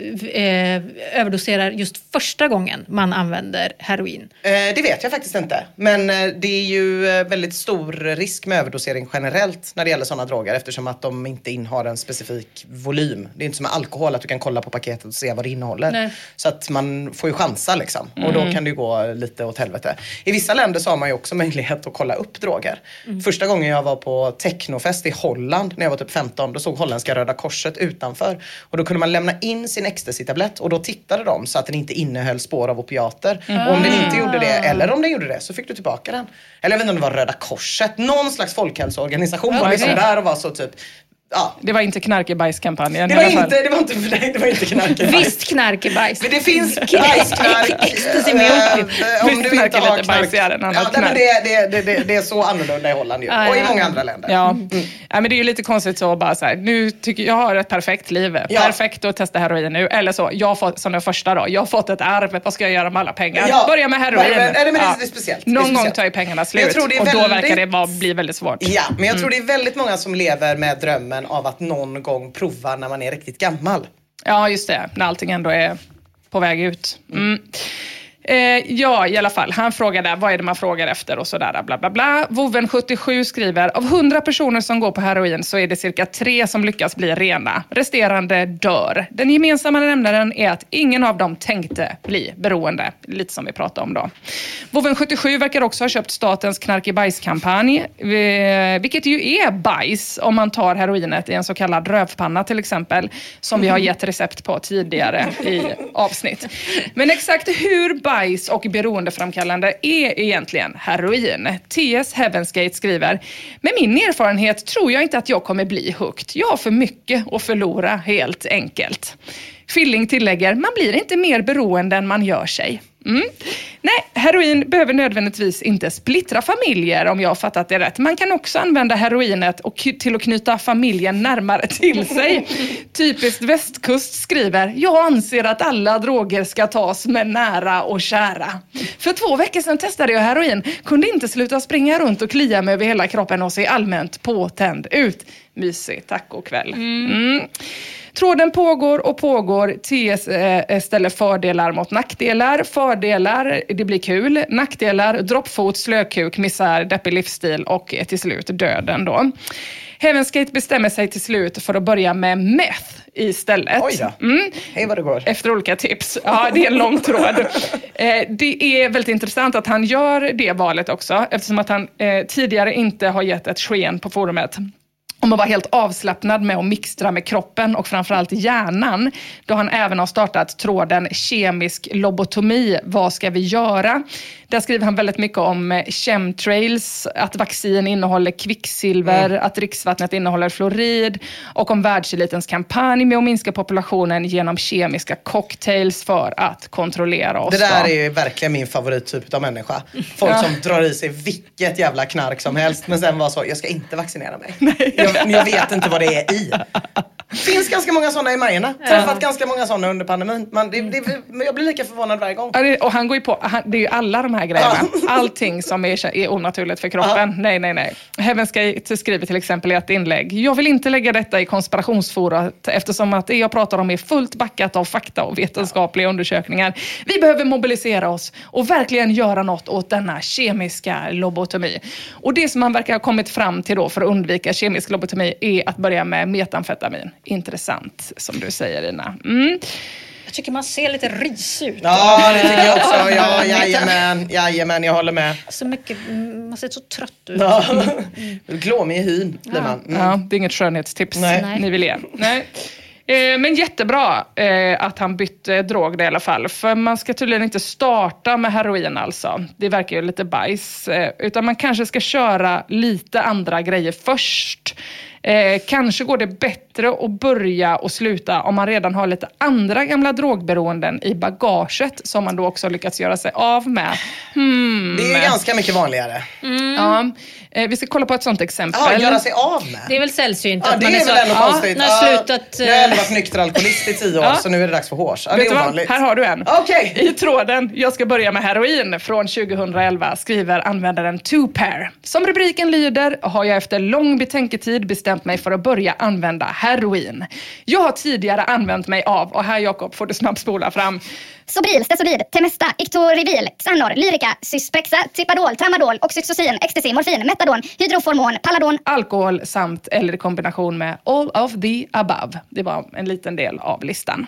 eh, överdoserar just första gången man använder heroin? Eh, det vet jag faktiskt inte. Men eh, det är ju eh, väldigt stor risk med överdosering generellt när det gäller sådana droger, eftersom att de inte innehar en specifik volym. Det är inte som med alkohol att du kan kolla på paketet och se vad det innehåller. Nej. Så att man får ju chansa liksom. Mm. Och då kan det ju gå lite åt helvete. I vissa länder så har man ju också möjlighet att kolla upp droger. Mm. Första gången jag var på technofest i Holland när jag var typ femton, då såg holländska Röda Korset utanför. Och då kunde man lämna in sin ecstasy-tablett och då tittade de så att den inte innehöll spår av opiater. Mm. Och om den inte gjorde det, eller om den gjorde det, så fick du tillbaka den. Eller jag vet inte om det var Röda Korset, någon slags folkhälsoorganisation var liksom där och var så typ... Ja. Det var inte knarkebajskampanjen. Det var inte, det var inte för dig, det var inte knarkebajs. Visst knarkebajs. Men det finns bajsknark. äh, om du inte har knark. Ja, men det, det, det, det, det är så annorlunda i Holland ju. Ah, och i ja. många andra länder. Ja. Mm. Ja, men det är ju lite konstigt så bara så här, nu tycker jag har ett perfekt liv. Ja. Perfekt att testa heroin nu. Eller så, jag har fått, som den första då, jag har fått ett arv. Vad ska jag göra med alla pengar? Ja. Börja med heroin. Nej, men, nej, men ja. det är speciellt. Någon det är speciellt. gång tar ju pengarna slut. Jag tror det är och då väldigt... verkar det vara, bli väldigt svårt. Ja, men jag mm. tror det är väldigt många som lever med drömmen av att någon gång prova när man är riktigt gammal. Ja, just det. När allting ändå är på väg ut. Mm. Eh, ja, i alla fall. Han frågade, vad är det man frågar efter och sådär, bla bla bla. Voven sjuttiosju skriver, av hundra personer som går på heroin så är det cirka tre som lyckas bli rena. Resterande dör. Den gemensamma nämnaren är att ingen av dem tänkte bli beroende. Lite som vi pratade om då. Voven sjuttiosju verkar också ha köpt statens knark i bajskampanj. Vilket ju är bajs om man tar heroinet i en så kallad rövpanna till exempel. Som vi har gett recept på tidigare i avsnitt. Men exakt hur bajs bajs och beroendeframkallande är egentligen heroin. T S Heaven's Gate skriver, med min erfarenhet tror jag inte att jag kommer bli hooked. Jag har för mycket att förlora helt enkelt. Filling tillägger, man blir inte mer beroende än man gör sig. Mm. Nej, heroin behöver nödvändigtvis inte splittra familjer om jag har fattat det rätt. Man kan också använda heroinet och k- till att knyta familjen närmare till sig. Typiskt västkust skriver, jag anser att alla droger ska tas med nära och kära. För två veckor sedan testade jag heroin. Kunde inte sluta springa runt och klia mig över hela kroppen och se allmänt påtänd ut. mysig tacokväll. Mm. Mm. Tråden pågår och pågår. T S eh, ställer fördelar mot nackdelar. Fördelar, det blir kul. Nackdelar, droppfot, slökuk, misär, deppig livsstil och till slut döden då. Heaven's bestämmer sig till slut för att börja med meth istället. Oj då. Mm. Hej vad det går. Efter olika tips. Ja, det är en lång tråd. eh, det är väldigt intressant att han gör det valet också. Eftersom att han eh, tidigare inte har gett ett sken på forumet om att vara helt avslappnad med att mixtra med kroppen och framförallt hjärnan. Då han även har startat tråden kemisk lobotomi. Vad ska vi göra? Där skriver han väldigt mycket om chemtrails, att vaccin innehåller kvicksilver, mm. att dricksvattnet innehåller fluorid och om världselitens kampanj med att minska populationen genom kemiska cocktails för att kontrollera oss. Det där då. är ju verkligen min favorittyp av människa. Folk Ja. som drar i sig vilket jävla knark som helst men sen var så, jag ska inte vaccinera mig. Nej. Jag, jag vet inte vad det är i. Det finns ganska många sådana i Majerna. Ja. Träffat ganska många sådana under pandemin. Man, det, det, jag blir lika förvånad varje gång. Ja, det, och han går ju på, han, det är ju alla de här grejerna. Ja. Allting som är, är onaturligt för kroppen. Ja. Nej, nej, nej. Heaven's skriver till exempel i ett inlägg. Jag vill inte lägga detta i konspirationsforat eftersom att det jag pratar om är fullt backat av fakta och vetenskapliga undersökningar. Vi behöver mobilisera oss och verkligen göra något åt denna kemiska lobotomi. Och det som man verkar ha kommit fram till då för att undvika kemisk lobotomi är att börja med metamfetamin. Intressant, som du säger, Ina. Mm. Jag tycker man ser lite risig ut. Ja, det tycker jag också. Ja, jajamän, jajamän, jag håller med. Så mycket, man ser så trött ut. Ja. Glåmig i hyn blir man. Mm. Ja, det är inget skönhetstips. Nej. Ni vill ge. Nej. Eh, men jättebra eh, att han bytte drog det i alla fall. För man ska tydligen inte starta med heroin alltså. Det verkar ju lite bajs. Eh, utan man kanske ska köra lite andra grejer först. Eh, kanske går det bättre att börja och sluta om man redan har lite andra gamla drogberoenden i bagaget som man då också lyckats göra sig av med. Hmm. Det är ju ganska mycket vanligare. Mm. Ja, eh, vi ska kolla på ett sånt exempel. Ja, göra sig av med. Det är väl sällsynt ja, att det man är, är väl så... ändå Ja, konstigt. när jag slutat... Uh, jag har ändå varit nykter alkoholist i tio år Ja. så nu är det dags för hårs. Ja, Vet det är ovanligt. Här har du en. Okay. I tråden, jag ska börja med heroin från tjugohundraelva skriver användaren Two-Pair. Som rubriken lyder har jag efter lång betänketid bestämt mig för att börja använda heroin. Jag har tidigare använt mig av, och här Jakob får du snabbspola fram. Sobril, Stesodid, Temesta, Ictoribil, Xanor, Lyrica, Sysprexa, Tripadol, Tramadol, Oxytocin, Ecstasy, Morfin, Metadon, Hydroformon, Paladon. Alkohol samt eller i kombination med all of the above. Det var en liten del av listan.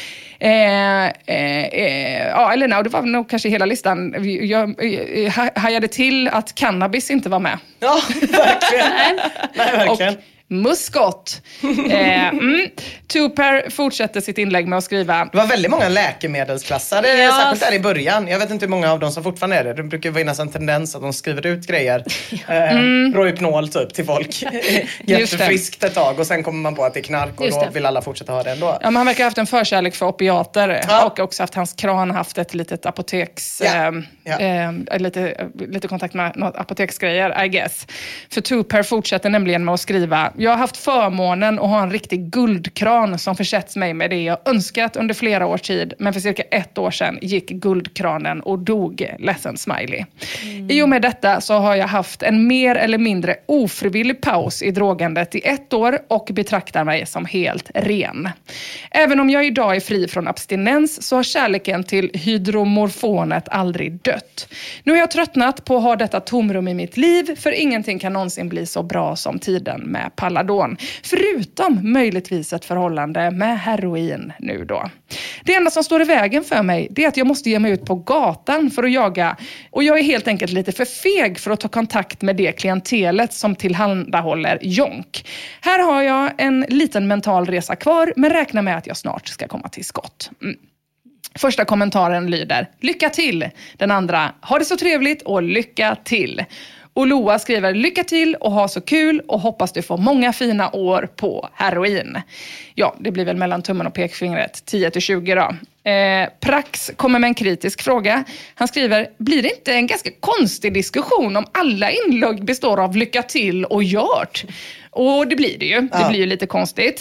Eh, eh, eh, ja, eller nej, det var nog kanske hela listan. Jag eh, hajade till att cannabis inte var med. Ja, verkligen. Nej, verkligen. Och muskot. eh, mm. Two-Pair fortsätter sitt inlägg med att skriva. Det var väldigt många läkemedelsklassade, ja. särskilt där i början. Jag vet inte hur många av dem som fortfarande är det. Det brukar finnas en tendens att de skriver ut grejer. Mm. Eh, Rohypnol typ till folk. Jättefriskt ett tag och sen kommer man på att det är knark och då vill alla fortsätta ha det ändå. Ja, men han verkar ha haft en förkärlek för opiater ja. och också haft hans kran haft ett litet apoteks ja. Eh, ja. Eh, lite, lite kontakt med något apoteksgrejer, I guess. För Two-Pair fortsätter nämligen med att skriva. Jag har haft förmånen att ha en riktig guldkran som försätts mig med det jag önskat under flera års tid. Men för cirka ett år sedan gick guldkranen och dog. Ledsen smiley. Mm. I och med detta så har jag haft en mer eller mindre ofrivillig paus i drogandet i ett år och betraktar mig som helt ren. Även om jag idag är fri från abstinens så har kärleken till hydromorfonet aldrig dött. Nu har jag tröttnat på att ha detta tomrum i mitt liv för ingenting kan någonsin bli så bra som tiden med Paladon. Förutom möjligtvis ett förhållande med heroin nu då. Det enda som står i vägen för mig det är att jag måste ge mig ut på gatan för att jaga. Och jag är helt enkelt lite för feg för att ta kontakt med det klientelet som tillhandahåller jonk. Här har jag en liten mental resa kvar men räknar med att jag snart ska komma till skott. Mm. Första kommentaren lyder, lycka till. Den andra, ha det så trevligt och lycka till. Och Loa skriver, lycka till och ha så kul och hoppas du får många fina år på heroin. Ja, det blir väl mellan tummen och pekfingret, tio till tjugo då. Eh, Prax kommer med en kritisk fråga. Han skriver, blir det inte en ganska konstig diskussion om alla inlägg består av lycka till och gjort? Och det blir det ju. Det ja. blir ju lite konstigt.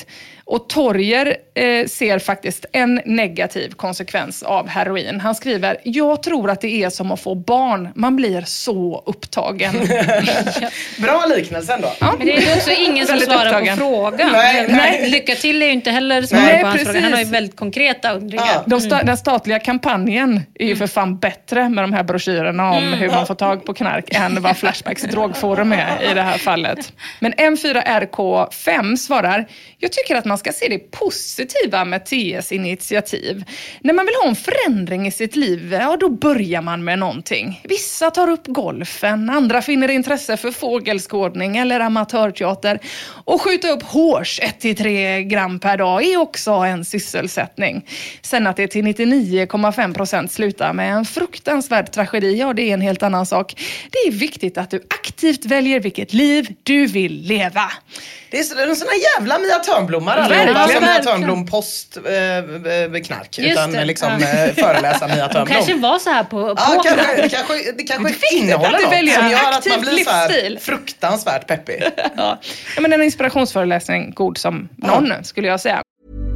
Och Torger eh, ser faktiskt en negativ konsekvens av heroin. Han skriver, jag tror att det är som att få barn. Man blir så upptagen. Bra liknelse ändå. Ja. Men det är också ingen som svarar upptagen. På frågan. Nej, nej. Lycka till är ju inte heller svarar på hans fråga. Han har ju väldigt konkreta undringar. Ja. De sta- den statliga kampanjen är ju för fan bättre med de här broschyrerna om mm. hur man får tag på knark än vad Flashbacks drogforum är i det här fallet. Men M fyra R K fem svarar, jag tycker att man ska se det positiva med T S initiativ. När man vill ha en förändring i sitt liv, ja då börjar man med någonting. Vissa tar upp golfen, andra finner intresse för fågelskådning eller amatörteater. Och skjuta upp hårs ett till tre gram per dag är också en sysselsättning. Sen att det till nittionio komma fem procent slutar med en fruktansvärd tragedi, ja det är en helt annan sak. Det är viktigt att du aktivt väljer vilket liv du vill leva. Det är, så, det är en sån här jävla Mia Törnblom. Allihopa som Mia Törnblom post eh, knark. Just utan det. Liksom ja. föreläsa Mia Törnblom. Det kanske var så här på, på ja, kanske, det kanske, det kanske det innehåller något väljer som gör att man blir så här fruktansvärt peppig. ja. ja, men en inspirationsföreläsning god som någon ja. skulle jag säga.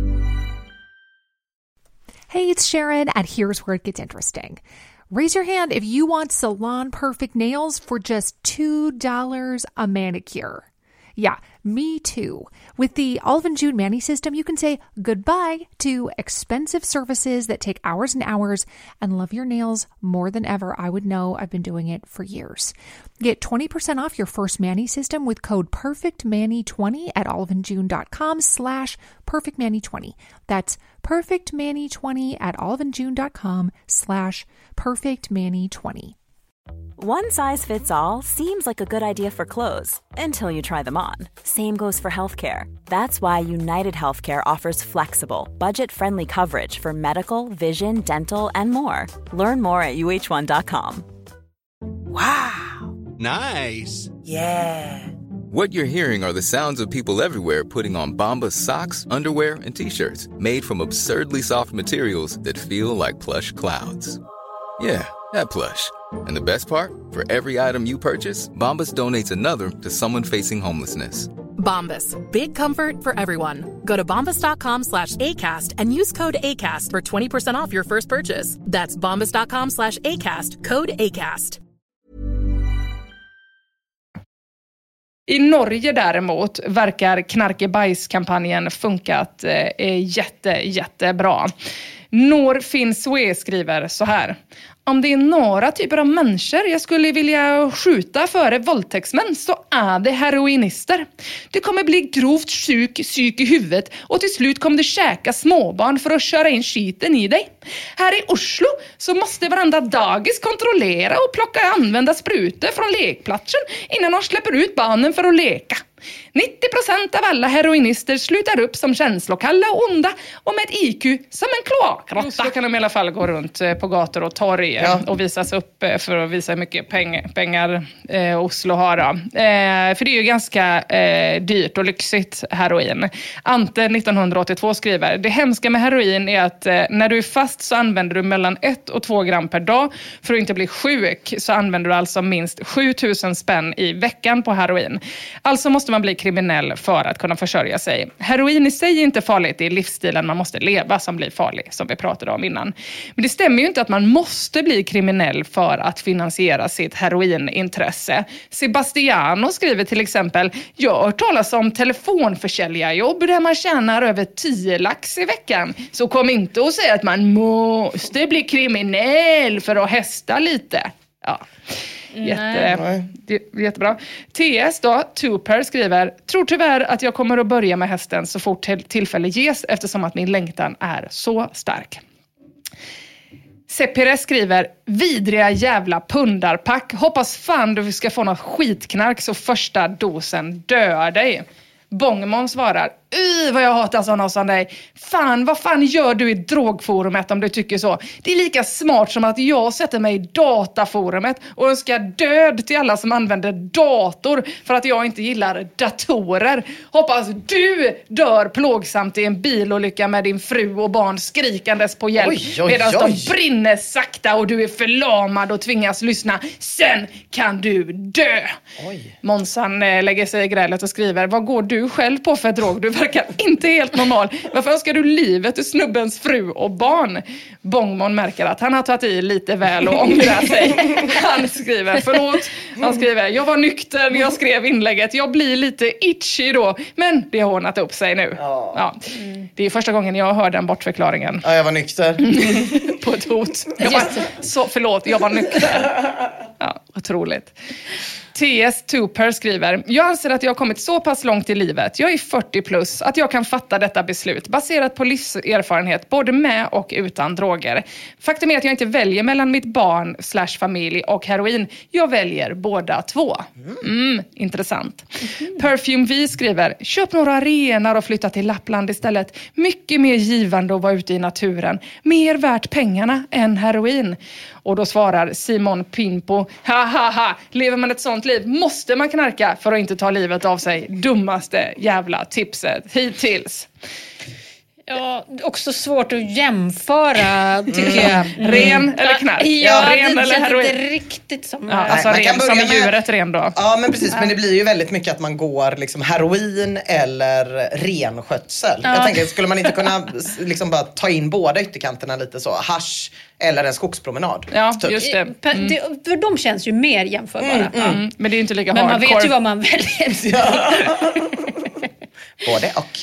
Hey, it's Sharon, and here's where it gets interesting. Raise your hand if you want salon perfect nails for just two dollars a manicure. Yeah, me too. With the Olive and June Mani system, you can say goodbye to expensive services that take hours and hours and love your nails more than ever. I would know. I've been doing it for years. Get twenty percent off your first Mani system with code perfect mani twenty at oliveandjune.com slash perfectmani20. That's perfectmani20 at oliveandjune.com slash perfectmani20. One size fits all seems like a good idea for clothes until you try them on. Same goes for healthcare. That's why United Healthcare offers flexible, budget-friendly coverage for medical, vision, dental, and more. Learn more at U H one dot com. Wow. Nice. Yeah. What you're hearing are the sounds of people everywhere putting on Bombas socks, underwear, and T-shirts made from absurdly soft materials that feel like plush clouds. Yeah, that plush. And the best part? For every item you purchase, Bombas donates another to someone facing homelessness. Bombas. Big comfort for everyone. Go to bombas.com slash ACAST and use code ACAST for twenty percent off your first purchase. That's bombas.com slash ACAST. Code ACAST. I Norge däremot verkar knarkebajskampanjen funkat eh, jätte, jättebra. Nor Finsue skriver så här. Om det är några typer av människor jag skulle vilja skjuta före våldtäktsmän så är det heroinister. Det kommer bli grovt sjuk, syk i huvudet och till slut kommer det käka småbarn för att köra in skiten i dig. Här i Oslo så måste varenda dagis kontrollera och plocka använda sprutor från lekplatsen innan de släpper ut barnen för att leka. nittio procent av alla heroinister slutar upp som känslokalla och onda och med ett I Q som en kloakråtta. Så kan de i alla fall gå runt på gator och torg ja. och visas upp för att visa hur mycket peng- pengar eh, Oslo har. Eh, för det är ju ganska eh, dyrt och lyxigt heroin. Ante nittonhundraåttiotvå skriver, det hemska med heroin är att eh, när du är fast så använder du mellan ett och två gram per dag. För att inte bli sjuk så använder du alltså minst sjutusen spänn i veckan på heroin. Alltså måste man bli kriminell för att kunna försörja sig. Heroin i sig är inte farligt, det är livsstilen man måste leva som blir farlig, som vi pratade om innan. Men det stämmer ju inte att man måste bli kriminell för att finansiera sitt heroinintresse. Sebastiano skriver till exempel, jag har hört talas om telefonförsäljarjobb där man tjänar över tio lax i veckan. Så kom inte och säga att man måste bli kriminell för att hästa lite. Ja. Jätte, jättebra. T S då, Tooper skriver, tror tyvärr att jag kommer att börja med hästen så fort tillfälle ges eftersom att min längtan är så stark. Sepire skriver, vidriga jävla pundarpack. Hoppas fan du ska få något skitknark så första dosen dör dig. Bångmon svarar, Uy, vad jag hatar sådana som dig. Fan, vad fan gör du i drogforumet om du tycker så? Det är lika smart som att jag sätter mig i dataforumet och önskar död till alla som använder dator för att jag inte gillar datorer. Hoppas du dör plågsamt i en bilolycka med din fru och barn skrikandes på hjälp oj, oj, medan oj. de brinner sakta och du är förlamad och tvingas lyssna. Sen kan du dö. Oj. Monsan lägger sig i grälet och skriver, vad går du själv på för drog? Du verkar inte helt normal. Varför önskar du livet ur snubbens fru och barn? Bongmon märker att han har tagit i lite väl och ångrar sig. Han skriver, förlåt. Han skriver, jag var nykter när jag skrev inlägget. Jag blir lite itchy då. Men det har ordnat upp sig nu. Ja. Ja. Det är första gången jag hör den bortförklaringen. Ja, jag var nykter. På ett hot. Jag bara, så, förlåt, jag var nykter. Ja, otroligt. T S Tooper skriver, jag anser att jag har kommit så pass långt i livet, jag är fyrtio plus, att jag kan fatta detta beslut baserat på livserfarenhet både med och utan droger. Faktum är att jag inte väljer mellan mitt barn slash familj och heroin. Jag väljer båda två. Mm, intressant. Mm. Perfume V skriver, köp några arenor och flytta till Lappland istället. Mycket mer givande att vara ute i naturen. Mer värt pengarna än heroin. Och då svarar Simon Pinpo, ha ha ha, lever man ett sånt liv måste man knarka för att inte ta livet av sig. Dummaste jävla tipset hittills. Ja, också svårt att jämföra, tycker jag. Mm. Ren eller knark? Ja, ja ren det eller känns heroin? inte riktigt som... Ja, alltså Nej, ren som med, djuret ren då. Ja, men precis. Ja. Men det blir ju väldigt mycket att man går liksom heroin eller renskötsel. Ja. Jag tänker, skulle man inte kunna liksom bara ta in båda ytterkanterna lite så? Hasch eller en skogspromenad. Ja, typ. just det. Mm. det. För de känns ju mer jämförbara. Mm, mm. Mm. Men det är ju inte lika Men hardcore. man vet ju vad man väljer. Ja. Både och.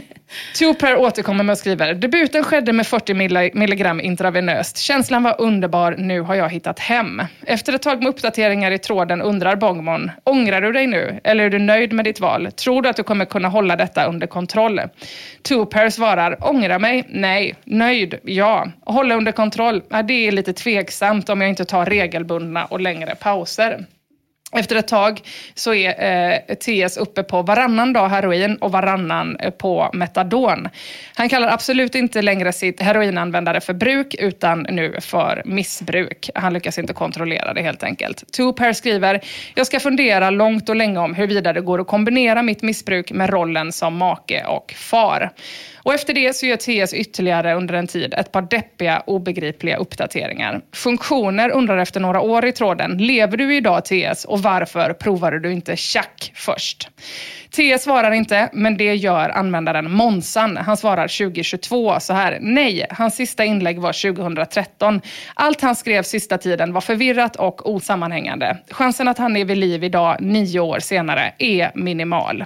Tooper återkommer med och skriver, debuten skedde med fyrtio milligram intravenöst. Känslan var underbar, nu har jag hittat hem. Efter ett tag med uppdateringar i tråden undrar Bongmon, ångrar du dig nu? Eller är du nöjd med ditt val? Tror du att du kommer kunna hålla detta under kontroll? Tooper svarar, ångra mig? Nej. Nöjd? Ja. Hålla under kontroll? Ja, det är lite tveksamt om jag inte tar regelbundna och längre pauser. Efter ett tag så är eh, T S uppe på varannan dag heroin och varannan eh, på metadon. Han kallar absolut inte längre sitt heroinanvändare för bruk utan nu för missbruk. Han lyckas inte kontrollera det helt enkelt. Tooper skriver, jag ska fundera långt och länge om huruvida det går att kombinera mitt missbruk med rollen som make och far. Och efter det så gör T S ytterligare under en tid ett par deppiga, obegripliga uppdateringar. Funktioner undrar efter några år i tråden, lever du idag T S och varför provade du inte tjack först? T S svarar inte, men det gör användaren Monsan. Han svarar tjugo tjugotvå så här, nej, hans sista inlägg var tjugohundratretton. Allt han skrev sista tiden var förvirrat och osammanhängande. Chansen att han är vid liv idag, nio år senare, är minimal.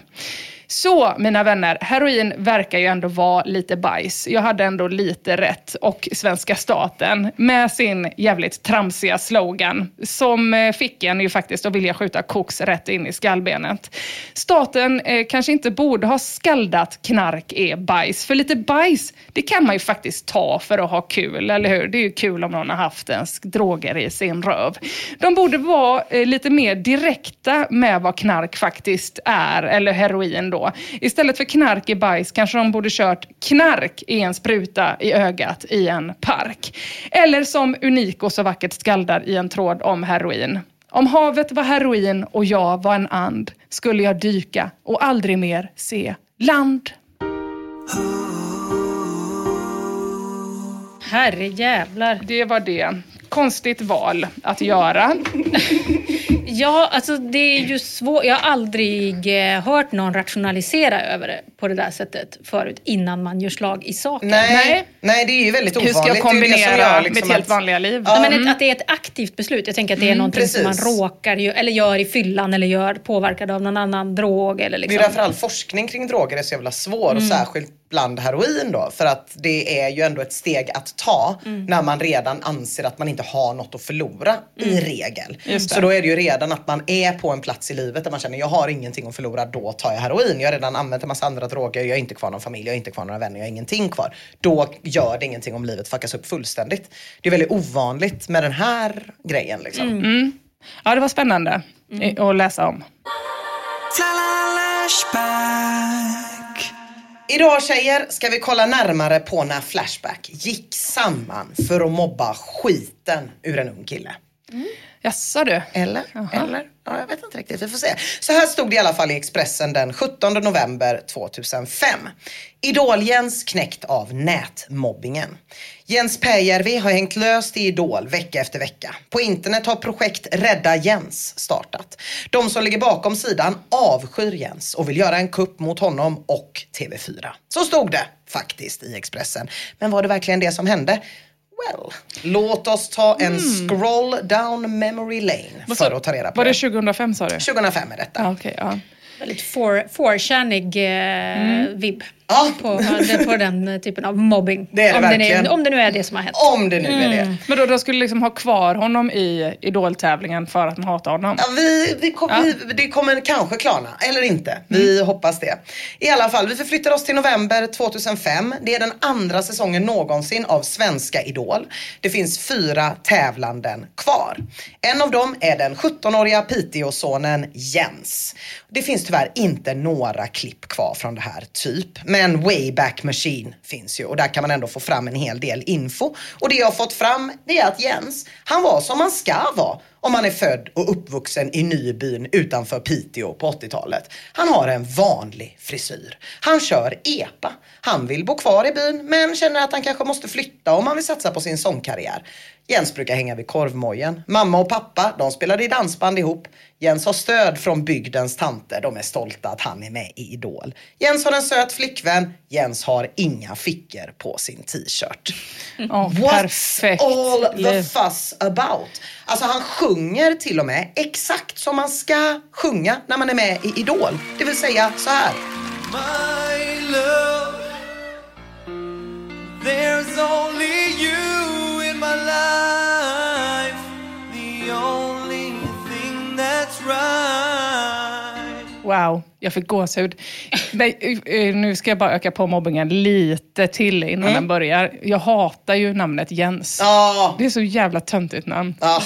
Så, mina vänner, heroin verkar ju ändå vara lite bajs. Jag hade ändå lite rätt. Och svenska staten med sin jävligt tramsiga slogan som fick en ju faktiskt att vilja skjuta koks rätt in i skallbenet. Staten eh, kanske inte borde ha skaldat knark är bajs. För lite bajs, det kan man ju faktiskt ta för att ha kul, eller hur? Det är ju kul om någon har haft en droger i sin röv. De borde vara eh, lite mer direkta med vad knark faktiskt är, eller heroin då. Istället för knark i bajs kanske de borde kört knark i en spruta i ögat i en park. Eller som Unico så vackert skaldar i en tråd om heroin. Om havet var heroin och jag var en and skulle jag dyka och aldrig mer se land. Herre jävlar. Det var det. Konstigt val att göra. Ja, alltså det är ju svårt. Jag har aldrig eh, hört någon rationalisera över det på det där sättet förut innan man gör slag i saken. Nej, nej. nej det är ju väldigt ovanligt. Hur ska jag kombinera gör, liksom, mitt helt att, vanliga liv? Ja, men ett, att det är ett aktivt beslut. Jag tänker att det är mm, någonting precis. som man råkar eller gör i fyllan eller gör påverkad av någon annan drog. Eller liksom. Det är därför all forskning kring droger är så jävla svår mm. och särskilt bland heroin då. För att det är ju ändå ett steg att ta mm. när man redan anser att man inte har något att förlora mm. i regel. Så då är det ju redan att man är på en plats i livet där man känner jag har ingenting att förlora, då tar jag heroin. Jag har redan använt en massa andra droger, jag är inte kvar någon familj, jag är inte kvar några vänner, jag har ingenting kvar. Då gör det ingenting om livet fuckas upp fullständigt. Det är väldigt ovanligt med den här grejen liksom. Mm. Mm. Ja, det var spännande mm. att läsa om. Flashback. Idag tjejer ska vi kolla närmare på när Flashback gick samman för att mobba skiten ur en ung kille. Mm. Jaså du? Eller? Eller? Ja, jag vet inte riktigt. Vi får se. Så här stod det i alla fall i Expressen den sjuttonde november tvåtusenfem. Idol-Jens knäckt av nätmobbingen. Jens Pääjärvi har hängt löst i Idol vecka efter vecka. På internet har projekt Rädda Jens startat. De som ligger bakom sidan avskyr Jens och vill göra en kupp mot honom och T V fyra. Så stod det faktiskt i Expressen. Men var det verkligen det som hände? Well, låt oss ta en mm. scroll down memory lane för att ta reda på var det. det. tjugohundrafem sa du? tjugohundrafem är detta. Ah, okay, ja. Väldigt forkärnig eh, mm. vibb ja. på, på den typen av mobbing. Det är det om, verkligen. Det är, om det nu är det som har hänt. Om det nu mm. är det. Men då, då skulle liksom ha kvar honom i idoltävlingen för att man hatar honom? Ja, vi, vi, kom, ja. vi, det kommer kanske klarna, eller inte. Vi mm. hoppas det. I alla fall, vi förflyttar oss till november tvåtusenfem. Det är den andra säsongen någonsin av Svenska Idol. Det finns fyra tävlanden kvar. En av dem är den sjuttonåriga Piteå-sonen Jens. Det finns tyvärr inte några klipp kvar från det här typ. Men Wayback Machine finns ju. Och där kan man ändå få fram en hel del info. Och det jag har fått fram det är att Jens, han var som man ska vara om man är född och uppvuxen i Nybyn utanför Piteå på åttiotalet. Han har en vanlig frisyr. Han kör epa. Han vill bo kvar i byn men känner att han kanske måste flytta om han vill satsa på sin sångkarriär. Jens brukar hänga vid korvmojen. Mamma och pappa, de spelade i dansband ihop. Jens har stöd från bygdens tanter. De är stolta att han är med i Idol. Jens har en söt flickvän. Jens har inga fickor på sin t-shirt. Oh, What's perfekt. all the fuss about? Alltså han sjunger till och med exakt som man ska sjunga när man är med i Idol. Det vill säga så här. My love, there's only you in my life, the only thing that's right. Wow, jag fick gåshud. Nu ska jag bara öka på mobbingen lite till innan mm. den börjar. Jag hatar ju namnet Jens. Oh. Det är så jävla töntigt namn. Oh.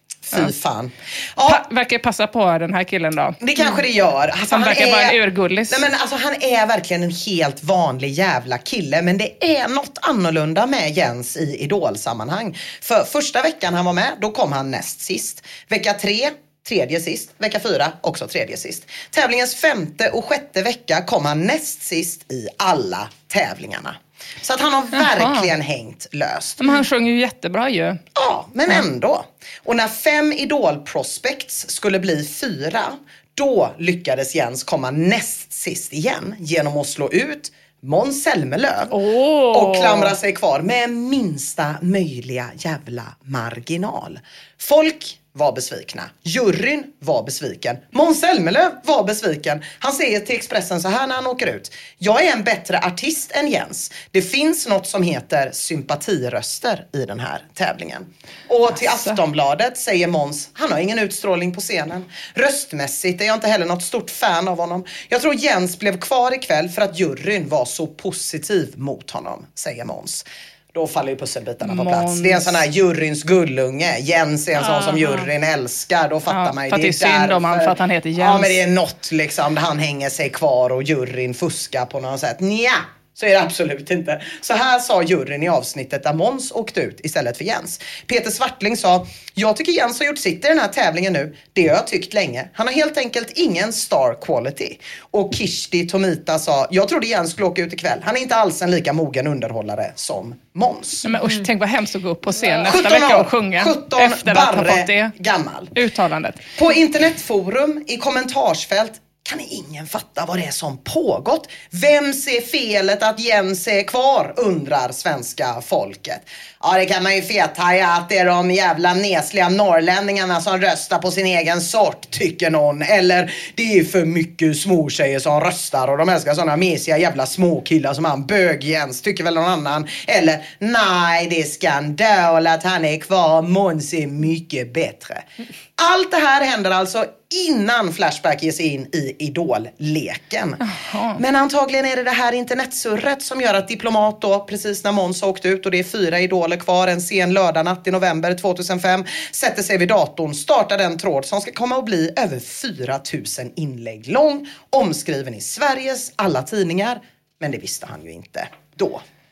Fy fan. Ja. Pa- verkar passa på den här killen då. Det kanske det gör. Alltså, han, han verkar är, vara en urgullis. Nej, men alltså, han är verkligen en helt vanlig jävla kille. Men det är något annorlunda med Jens i idolsammanhang. För första veckan han var med, då kom han näst sist. Vecka tre, tredje sist. Vecka fyra, också tredje sist. Tävlingens femte och sjätte vecka kom han näst sist i alla tävlingarna. Så att han har verkligen Aha. hängt löst. Men han sjunger ju jättebra ju. Ja, men ändå. Och när fem Idol-prospects skulle bli fyra, då lyckades Jens komma näst sist igen genom att slå ut Måns Zelmerlöw oh. och klamra sig kvar med minsta möjliga jävla marginal. Folk var besvikna. Juryn var besviken. Måns Zelmerlöw var besviken. Han säger till Expressen så här när han åker ut. Jag är en bättre artist än Jens. Det finns något som heter sympatiröster i den här tävlingen. Och till Aftonbladet säger Måns, han har ingen utstrålning på scenen. Röstmässigt är jag inte heller något stort fan av honom. Jag tror Jens blev kvar ikväll för att juryn var så positiv mot honom, säger Måns. Då faller ju pusselbitarna på plats. Det är en sån här juryns gullunge. Jens är en sån Aha. som juryn älskar. Då fattar ja, man ju. För att det är synd om han, för att han heter Jens. Ja, men det är något liksom där han hänger sig kvar och juryn fuskar på något sätt. Nja, så är det absolut inte. Så här sa juryn i avsnittet där Måns åkte ut istället för Jens. Peter Swartling sa, jag tycker Jens har gjort sitt i den här tävlingen nu. Det har jag tyckt länge. Han har helt enkelt ingen star quality. Och Kishti Tomita sa, jag trodde Jens skulle åka ut ikväll. Han är inte alls en lika mogen underhållare som Måns. Men usch, tänk vad hemskt att gå upp på scen nästa vecka och sjunga. sjutton efter att ha fått det gammal. Uttalandet. På internetforum i kommentarsfält kan ingen fatta vad det är som pågått. Vem ser felet att Jens är kvar, undrar svenska folket. Ja, det kan man ju fethaja att det är de jävla nesliga norrlänningarna som röstar på sin egen sort, tycker någon. Eller det är för mycket småtjejer som röstar och de älskar sådana mesiga jävla småkillar som han bög Jens, tycker väl någon annan. Eller nej, det är skandal att han är kvar, Måns är mycket bättre. Allt det här händer alltså innan Flashback ger sig in i Idol-leken. Aha. Men antagligen är det det här internetsurret som gör att Diplomat då, precis när Måns har åkt ut och det är fyra idoler kvar en sen lördagnatt i november tvåtusenfem, sätter sig vid datorn, startar den tråd som ska komma att bli över fyra tusen inlägg lång, omskriven i Sveriges alla tidningar. Men det visste han ju inte då.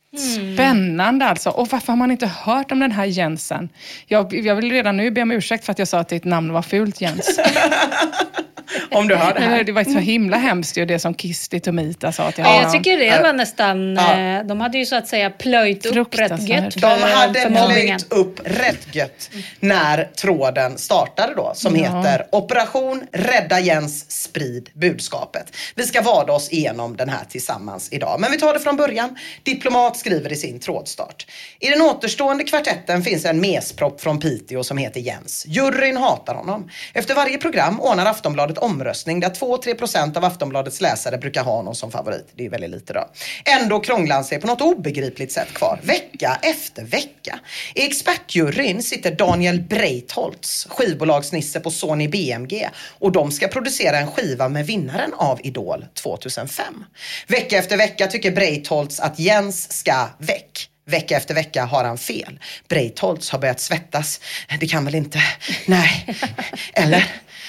Mm. Spännande alltså. Och varför har man inte hört om den här Jensen? Jag, jag vill redan nu be om ursäkt för att jag sa att ditt namn var fult, Jens. Om du hör det här. Det var så himla hemskt ju, det som Kisti Tomita sa till honom. Ja, jag tycker det var nästan... Ja. De hade ju så att säga plöjt upp rätt gött. De hade plöjt upp rätt gött när tråden startade då. Som ja. heter Operation Rädda Jens, sprid budskapet. Vi ska vada oss igenom den här tillsammans idag. Men vi tar det från början. Diplomat skriver i sin trådstart. I den återstående kvartetten finns en mespropp från Piteå som heter Jens. Juryn hatar honom. Efter varje program ordnar Aftonbladet omröstning där två till tre procent av Aftonbladets läsare brukar ha någon som favorit. Det är väldigt lite då. Ändå krånglar han sig på något obegripligt sätt kvar. Vecka efter vecka. I expertjuryn sitter Daniel Breitholtz, skivbolagsnisse på Sony B M G. Och de ska producera en skiva med vinnaren av Idol tjugohundrafem. Vecka efter vecka tycker Breitholtz att Jens ska väck. Vecka efter vecka har han fel. Breitholtz har börjat svettas. Det kan väl inte... Nej. Eller...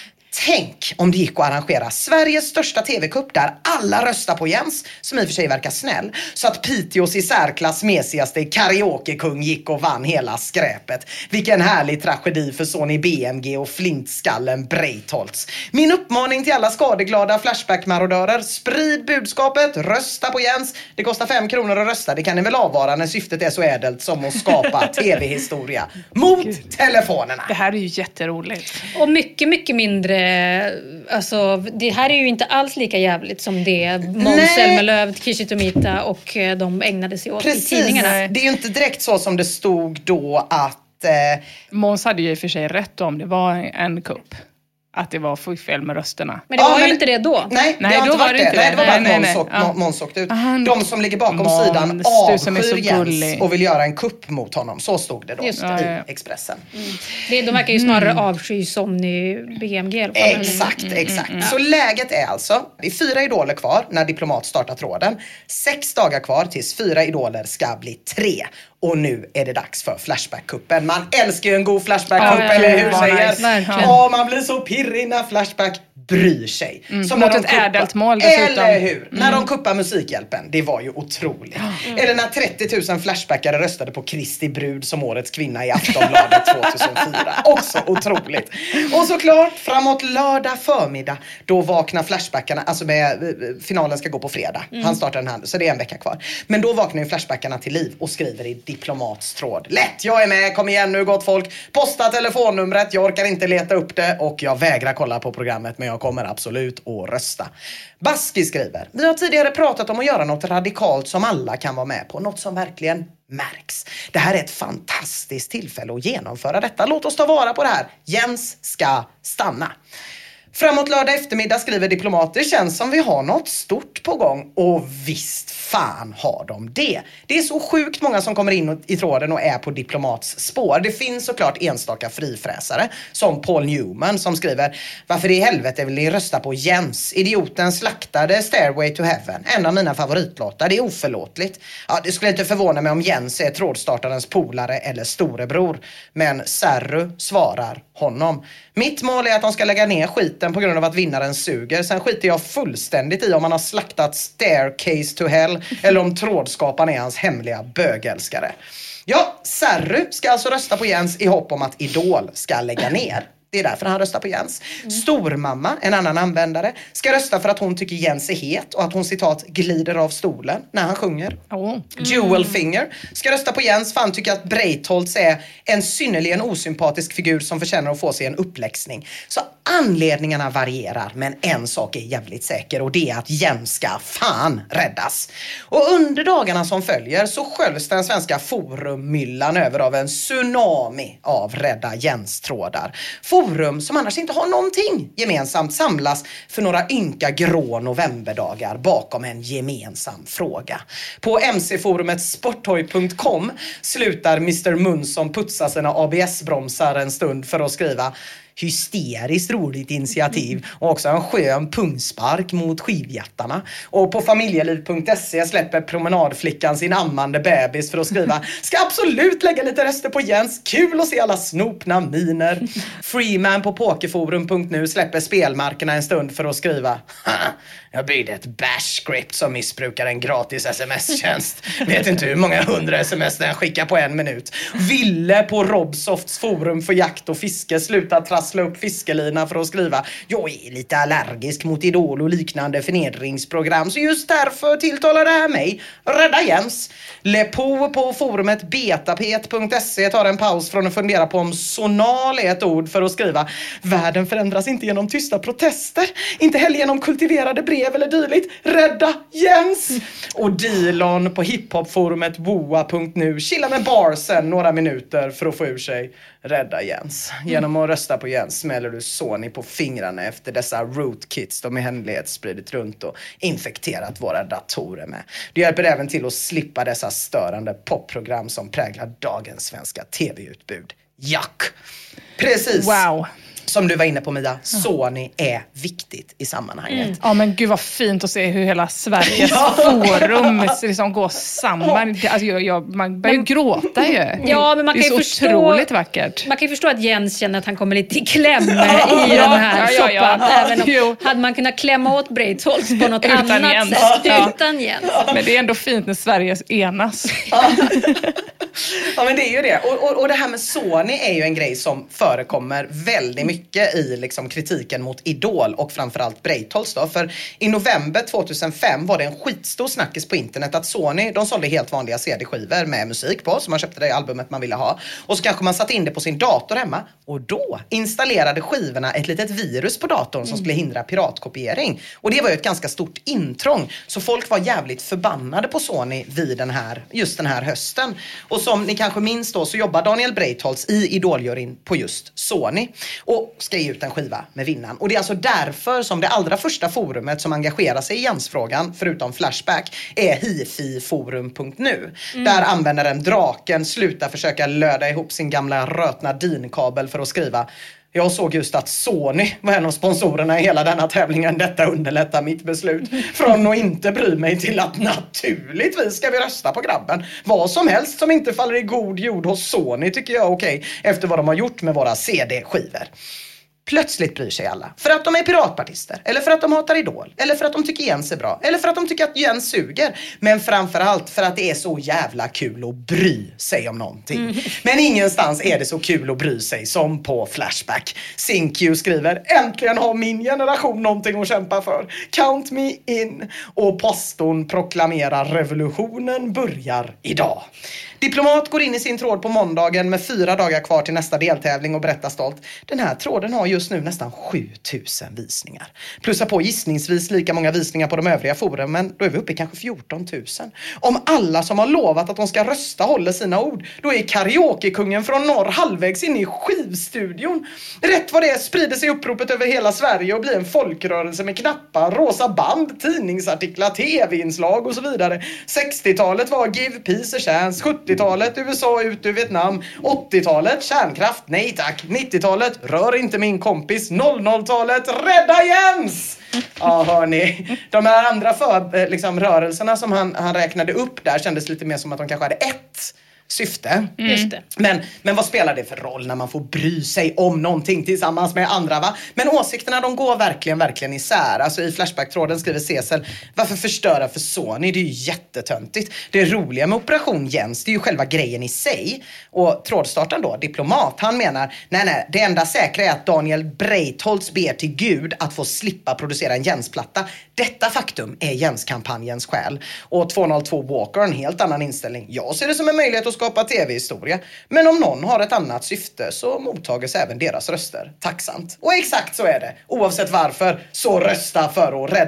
Tänk om det gick att arrangera Sveriges största tv-kupp där alla röstar på Jens, som i och för sig verkar snäll, så att Piteås i särklass mesigaste karaokekung gick och vann hela skräpet. Vilken härlig tragedi för Sony B M G och flintskallen Breitholtz. Min uppmaning till alla skadeglada Flashback-marodörer: sprid budskapet, rösta på Jens. Det kostar fem kronor att rösta, det kan ni väl avvara när syftet är så ädelt som att skapa tv-historia. Mot Gud. Telefonerna. Det här är ju jätteroligt. Och mycket, mycket mindre. Alltså, det här är ju inte alls lika jävligt som det Måns Zelmerlöw, Kisti Tomita och de ägnade sig åt Precis. i tidningarna. Det är ju inte direkt så som det stod då att... Eh... Måns hade ju i och för sig rätt om det var en kupp. Att det var fel med rösterna. Men det var ja, ju men... inte det då. Nej, nej det har då inte var det inte det. Nej, det var bara nej, att nej, Måns, nej. åkt, Måns åkt ut. Aha, de som ligger bakom Måns, sidan avskyr Jens och vill göra en kupp mot honom. Så stod det då Just i det. ja, ja. Expressen. Mm. Det, de verkar ju snarare mm. avsky Sony B M G. Exakt, mm, exakt. Mm, mm. Så läget är alltså, det är fyra idoler kvar när Diplomat startar tråden. Sex dagar kvar tills fyra idoler ska bli tre. Och nu är det dags för Flashback-kuppen. Man älskar ju en god Flashback-kupp, ja, eller hur säger? Ja, man blir så pirrig när Flashback bryr sig. Mm. Som mot ett ädelt mål dessutom. Eller hur? Mm. När de kuppar Musikhjälpen, det var ju otroligt. Mm. Eller när trettio tusen Flashbackare röstade på Kristi brud som årets kvinna i Aftonbladet tjugohundrafyra. Också otroligt. Och såklart, framåt lördag förmiddag, då vaknar Flashbackarna, alltså med, finalen ska gå på fredag. Mm. Han startar den här, så det är en vecka kvar. Men då vaknar ju Flashbackarna till liv och skriver i Diplomats tråd. Lätt, jag är med, kom igen nu gott folk. Posta telefonnumret, jag orkar inte leta upp det och jag vägrar kolla på programmet, men jag kommer absolut att rösta. Baski skriver: vi har tidigare pratat om att göra något radikalt som alla kan vara med på. Något som verkligen märks. Det här är ett fantastiskt tillfälle att genomföra detta. Låt oss ta vara på det här. Jens ska stanna. Framåt lördag eftermiddag skriver Diplomat: det känns som vi har något stort på gång. Och visst fan har de det. Det är så sjukt många som kommer in i tråden och är på Diplomats spår. Det finns såklart enstaka frifräsare som Paul Newman som skriver: varför i helvete vill ni rösta på Jens? Idioten slaktade Stairway to Heaven. En av mina favoritlåtar. Det är oförlåtligt. Ja, det skulle inte förvåna mig om Jens är trådstartarens polare eller storebror. Men Serru svarar honom: mitt mål är att de ska lägga ner skiten på grund av att vinnaren suger. Sen skiter jag fullständigt i om man har slaktat Staircase to Hell eller om trådskaparen är hans hemliga bögälskare. Ja, Serru ska alltså rösta på Jens i hopp om att Idol ska lägga ner. Det är därför han röstar på Jens. Mm. Stormamma, en annan användare, ska rösta för att hon tycker Jens är het och att hon citat glider av stolen när han sjunger. Oh. Mm. Jewelfinger ska rösta på Jens för han tycker att Breitholtz är en synnerligen osympatisk figur som förtjänar att få sig en uppläxning. Så anledningarna varierar, men en sak är jävligt säker och det är att Jens ska fan räddas. Och under dagarna som följer så sköljs den svenska forummyllan över av en tsunami av rädda Jens-trådar. Forum som annars inte har någonting gemensamt samlas för några ynka grå novemberdagar bakom en gemensam fråga. På mc-forumet sporthoj punkt com slutar mister Munson putsa sina A B S-bromsar en stund för att skriva: hysteriskt roligt initiativ och också en skön pungspark mot skivjättarna. Och på familjeliv punkt se släpper promenadflickan sin ammande bebis för att skriva: ska absolut lägga lite röster på Jens, kul att se alla snopna miner. Freeman på pokerforum punkt nu släpper spelmarkerna en stund för att skriva: jag byggde ett bash-script som missbrukar en gratis sms-tjänst. Vet inte hur många hundra sms den skickar på en minut. Ville på Robsofts forum för jakt och fiske slutar trassla upp fiskelina för att skriva: jag är lite allergisk mot Idol och liknande förnedringsprogram, så just därför tilltalar det här mig. Rädda Jens. Lepo på forumet betapet punkt se tar en paus från att fundera på om sonal är ett ord för att skriva: världen förändras inte genom tysta protester, inte heller genom kultiverade brev eller dylikt. Rädda Jens. Och Dilon på hiphopforumet woa punkt nu chilla med barsen några minuter för att få ur sig: rädda Jens. Genom att rösta på Jens smäller du Sony på fingrarna efter dessa rootkits de i hemlighet spridit runt och infekterat våra datorer med. Det hjälper även till att slippa dessa störande popprogram som präglar dagens svenska tv-utbud. Jack! Precis. Wow. Som du var inne på, Mia, Sony är viktigt i sammanhanget. Mm. Ja, men gud vad fint att se hur hela Sveriges forum liksom går samman. Alltså, jag, jag, man börjar ju gråta ju. Ja, men man det kan är ju så förstå, otroligt vackert. Man kan ju förstå att Jens känner att han kommer lite i kläm ja, i den här ja, ja, ja. soppan. Även om, hade man kunnat klämma åt Breitholtz på något utan annat Jens. sätt. Ja. Utan Jens. Men det är ändå fint när Sveriges enas. Ja, men det är ju det. Och, och, och det här med Sony är ju en grej som förekommer väldigt mycket i liksom kritiken mot Idol och framförallt Breitholtz då. För i november tjugohundrafem var det en skitstor snackis på internet att Sony, de sålde helt vanliga C D-skivor med musik på, så man köpte det albumet man ville ha. Och så kanske man satte in det på sin dator hemma och då installerade skivorna ett litet virus på datorn som skulle hindra piratkopiering. Och det var ju ett ganska stort intrång. Så folk var jävligt förbannade på Sony vid den här, just den här hösten. Och som ni kanske minns då så jobbar Daniel Breitholtz i Idoljuryn på just Sony och ska ge ut en skiva med vinnaren. Och det är alltså därför som det allra första forumet som engagerar sig i Jens-frågan, förutom Flashback, är hififorum punkt nu. Mm. Där användaren Draken slutar försöka löda ihop sin gamla rötna din-kabel för att skriva: jag såg just att Sony var en av sponsorerna i hela denna tävlingen. Detta underlättar mitt beslut. Från att inte bry mig till att naturligtvis ska vi rösta på grabben. Vad som helst som inte faller i god jord hos Sony tycker jag är okej efter vad de har gjort med våra C D-skivor. Plötsligt bryr sig alla. För att de är piratpartister. Eller för att de hatar Idol. Eller för att de tycker Jens är bra. Eller för att de tycker att Jens suger. Men framförallt för att det är så jävla kul att bry sig om någonting. Mm. Men ingenstans är det så kul att bry sig som på Flashback. Sinkyu skriver: äntligen har min generation någonting att kämpa för. Count me in. Och pastorn proklamerar: revolutionen börjar idag. Diplomat går in i sin tråd på måndagen med fyra dagar kvar till nästa deltävling och berättar stolt: den här tråden har just nu nästan sju tusen visningar. Plussa på gissningsvis lika många visningar på de övriga forumen, då är vi uppe i kanske fjorton tusen. Om alla som har lovat att de ska rösta håller sina ord, då är karaokekungen från norr halvvägs in i skivstudion. Rätt vad det är sprider sig uppropet över hela Sverige och blir en folkrörelse med knappar, rosa band, tidningsartiklar, tv-inslag och så vidare. sextiotalet var Give Peace a Chance, sjuttiotalet U S A ut ur Vietnam, åttiotalet kärnkraft, nej tack, nittiotalet rör inte min kompis, noll noll-talet rädda Jens! Ja, hörni, de här andra för, liksom, rörelserna som han, han räknade upp där kändes lite mer som att de kanske hade ett syfte. Mm. Just det. Men, men vad spelar det för roll när man får bry sig om någonting tillsammans med andra, va? Men åsikterna, de går verkligen, verkligen isär. Alltså i Flashback-tråden skriver Cecil: varför förstöra för Sony? Det är ju jättetöntigt. Det roliga med Operation Jens, det är ju själva grejen i sig. Och trådstartaren då, Diplomat, han menar: nej, nej, det enda säkra är att Daniel Breitholtz ber till Gud att få slippa producera en Jens-platta. Detta faktum är Jens-kampanjens själ. Och tvåhundratvå Walker, en helt annan inställning. Jag ser det som en möjlighet att skapa tv-historia. Men om någon har ett annat syfte så mottages även deras röster tacksamt. Och exakt så är det. Oavsett varför, så rösta för att rädda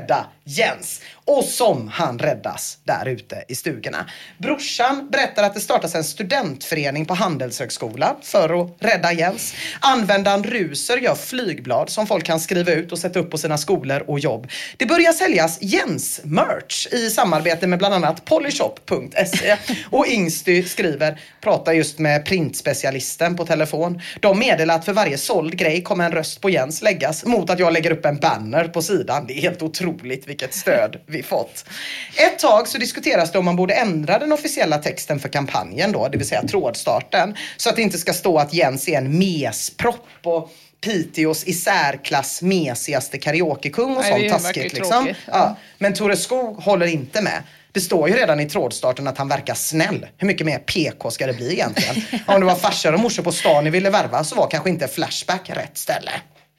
Jens. Och som han räddas där ute i stugorna. Brorsan berättar att det startas en studentförening på Handelshögskolan för att rädda Jens. Användaren Ruser gör flygblad som folk kan skriva ut och sätta upp på sina skolor och jobb. Det börjar säljas Jens-merch i samarbete med bland annat polyshop punkt se. Och Ingsty skriver, pratar just med printspecialisten på telefon. De meddelar att för varje såld grej kommer en röst på Jens läggas mot att jag lägger upp en banner på sidan. Det är helt otroligt vilket stöd vi fått. Ett tag så diskuteras det om man borde ändra den officiella texten för kampanjen då, det vill säga trådstarten, så att det inte ska stå att Jens är en mespropp och Piteås i särklass mesigaste karaokekung och sånt taskigt liksom. Ja. Ja. Men Tore Skog håller inte med. Det står ju redan i trådstarten att han verkar snäll. Hur mycket mer P K ska det bli egentligen? Om det var farsor och morsor på stan ni ville värva så var kanske inte Flashback rätt ställe.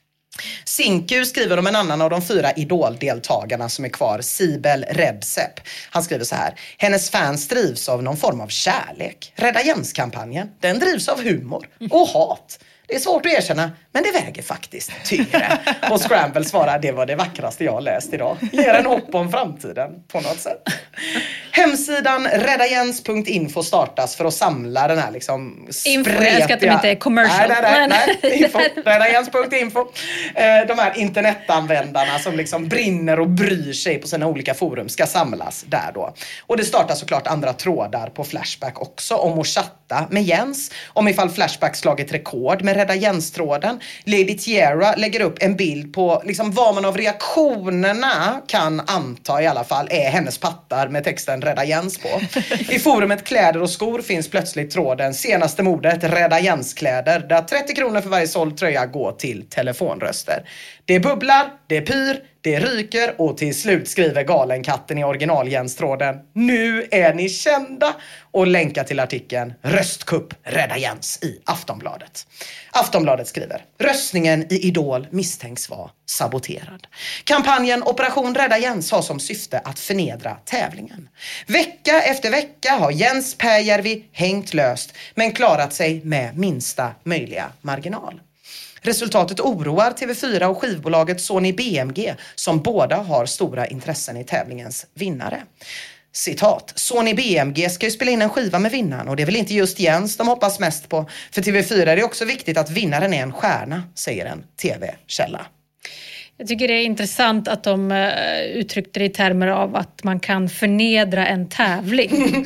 Sinku skriver om en annan av de fyra idoldeltagarna som är kvar, Sibel Redsepp. Han skriver så här: hennes fans drivs av någon form av kärlek. Rädda Jens-kampanjen, den drivs av humor och hat. Det är svårt att erkänna, men det väger faktiskt tyngre. Och Scramble svarar, det var det vackraste jag har läst idag. Ger en hopp om framtiden på något sätt. Hemsidan räddajens punkt info startas för att samla den här liksom spretiga... Info, jag älskar att de inte är commercial. Nej, nej, nej. nej. Info. räddajens punkt info. De här internetanvändarna som liksom brinner och bryr sig på sina olika forum ska samlas där då. Och det startar såklart andra trådar på Flashback också om att chatta med Jens. Om ifall Flashback slagit rekord med Rädda Jens-tråden. Lady Tiara lägger upp en bild på liksom vad man av reaktionerna kan anta i alla fall är hennes pattar med texten Rädda Jens på. I forumet Kläder och skor finns plötsligt tråden senaste modet Rädda Jens-kläder där trettio kronor för varje såld tröja går till telefonröster. Det bubblar, det pyr, det ryker och till slut skriver Galenkatten i original Jens-tråden: nu är ni kända, och länkar till artikeln Röstkupp Rädda Jens i Aftonbladet. Aftonbladet skriver: röstningen i Idol misstänks vara saboterad. Kampanjen Operation Rädda Jens har som syfte att förnedra tävlingen. Vecka efter vecka har Jens Pääjärvi hängt löst men klarat sig med minsta möjliga marginal. Resultatet oroar T V fyra och skivbolaget Sony B M G som båda har stora intressen i tävlingens vinnare. Citat: Sony B M G ska ju spela in en skiva med vinnaren och det är väl inte just Jens de hoppas mest på. För T V fyra är det också viktigt att vinnaren är en stjärna, säger en tv-källa. Jag tycker det är intressant att de uh, uttryckte det i termer av att man kan förnedra en tävling.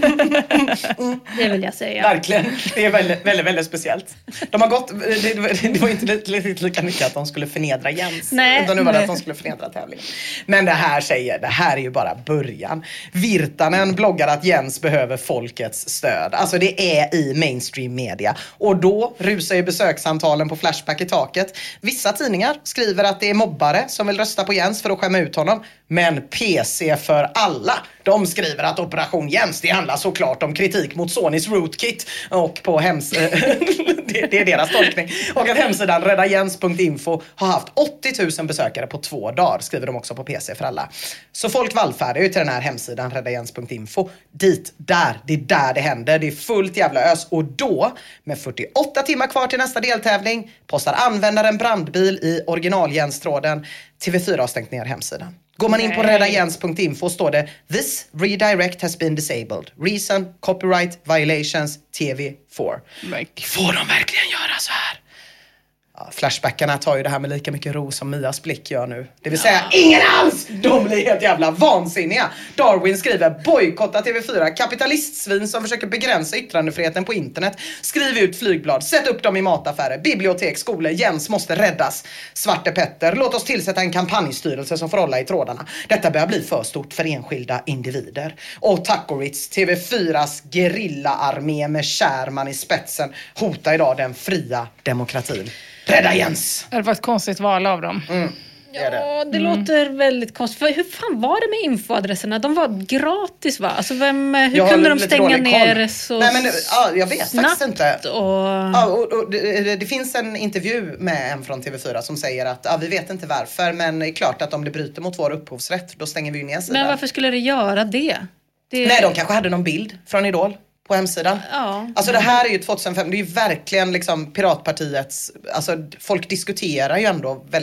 Det vill jag säga. Verkligen. Det är väldigt, väldigt, väldigt speciellt. De har gått, det, det var inte lika, lika mycket att de skulle förnedra Jens. Nej. Utan nu var det att de skulle förnedra tävlingen. Men det här säger, det här är ju bara början. Virtanen bloggar att Jens behöver folkets stöd. Alltså det är i mainstream media. Och då rusar ju besökssamtalen på Flashback i taket. Vissa tidningar skriver att det är mobbare som vill rösta på Jens för att skämma ut honom. Men P C för alla, de skriver att Operation Jens, det handlar såklart om kritik mot Sonys Rootkit och på hems... det, det är deras tolkning. Och att hemsidan räddajens punkt info har haft åttio tusen besökare på två dagar, skriver de också på P C för alla. Så folk vallfärdar ju till den här hemsidan räddajens punkt info. Dit, där, det är där det händer. Det är fullt jävla ös. Och då, med fyrtioåtta timmar kvar till nästa deltävling, postar användaren brandbil i original Jens-tråden. T V fyra har stängt ner hemsidan. Går man in på räddajens punkt info står det: this redirect has been disabled. Reason, copyright, violations, T V fyra. Får de verkligen göra så här? Ja, flashbackarna tar ju det här med lika mycket ro som Mias blick gör nu. Det vill säga ja. ingen alls! De blir helt jävla vansinniga. Darwin skriver: bojkotta T V fyra. Kapitalistsvin som försöker begränsa yttrandefriheten på internet. Skriv ut flygblad. Sätt upp dem i mataffärer. Bibliotek, skolor. Jens måste räddas. Svarte Petter: låt oss tillsätta en kampanjstyrelse som får hålla i trådarna. Detta börjar bli för stort för enskilda individer. Och Tacoritz, T V fyras gerillaarmé med Kärman i spetsen, hotar idag den fria demokratin. Rädda Jens! Det var ett konstigt val av dem. Mm. Det ja, det, det mm. låter väldigt konstigt. För hur fan var det med infoadresserna? De var gratis, va? Alltså vem, hur jag kunde de stänga ner så Nej, men, ja, jag vet faktiskt inte. Och... Ja, och, och det, det finns en intervju med en från T V fyra som säger att ja, vi vet inte varför, men det är klart att om det bryter mot vår upphovsrätt, då stänger vi ju ner sidan. Men varför skulle det göra det? det... Nej, de kanske hade någon bild från Idol på hemsidan. Ja. Alltså det här är ju tjugohundrafem, det är ju verkligen liksom Piratpartiets, alltså folk diskuterar ju ändå väldigt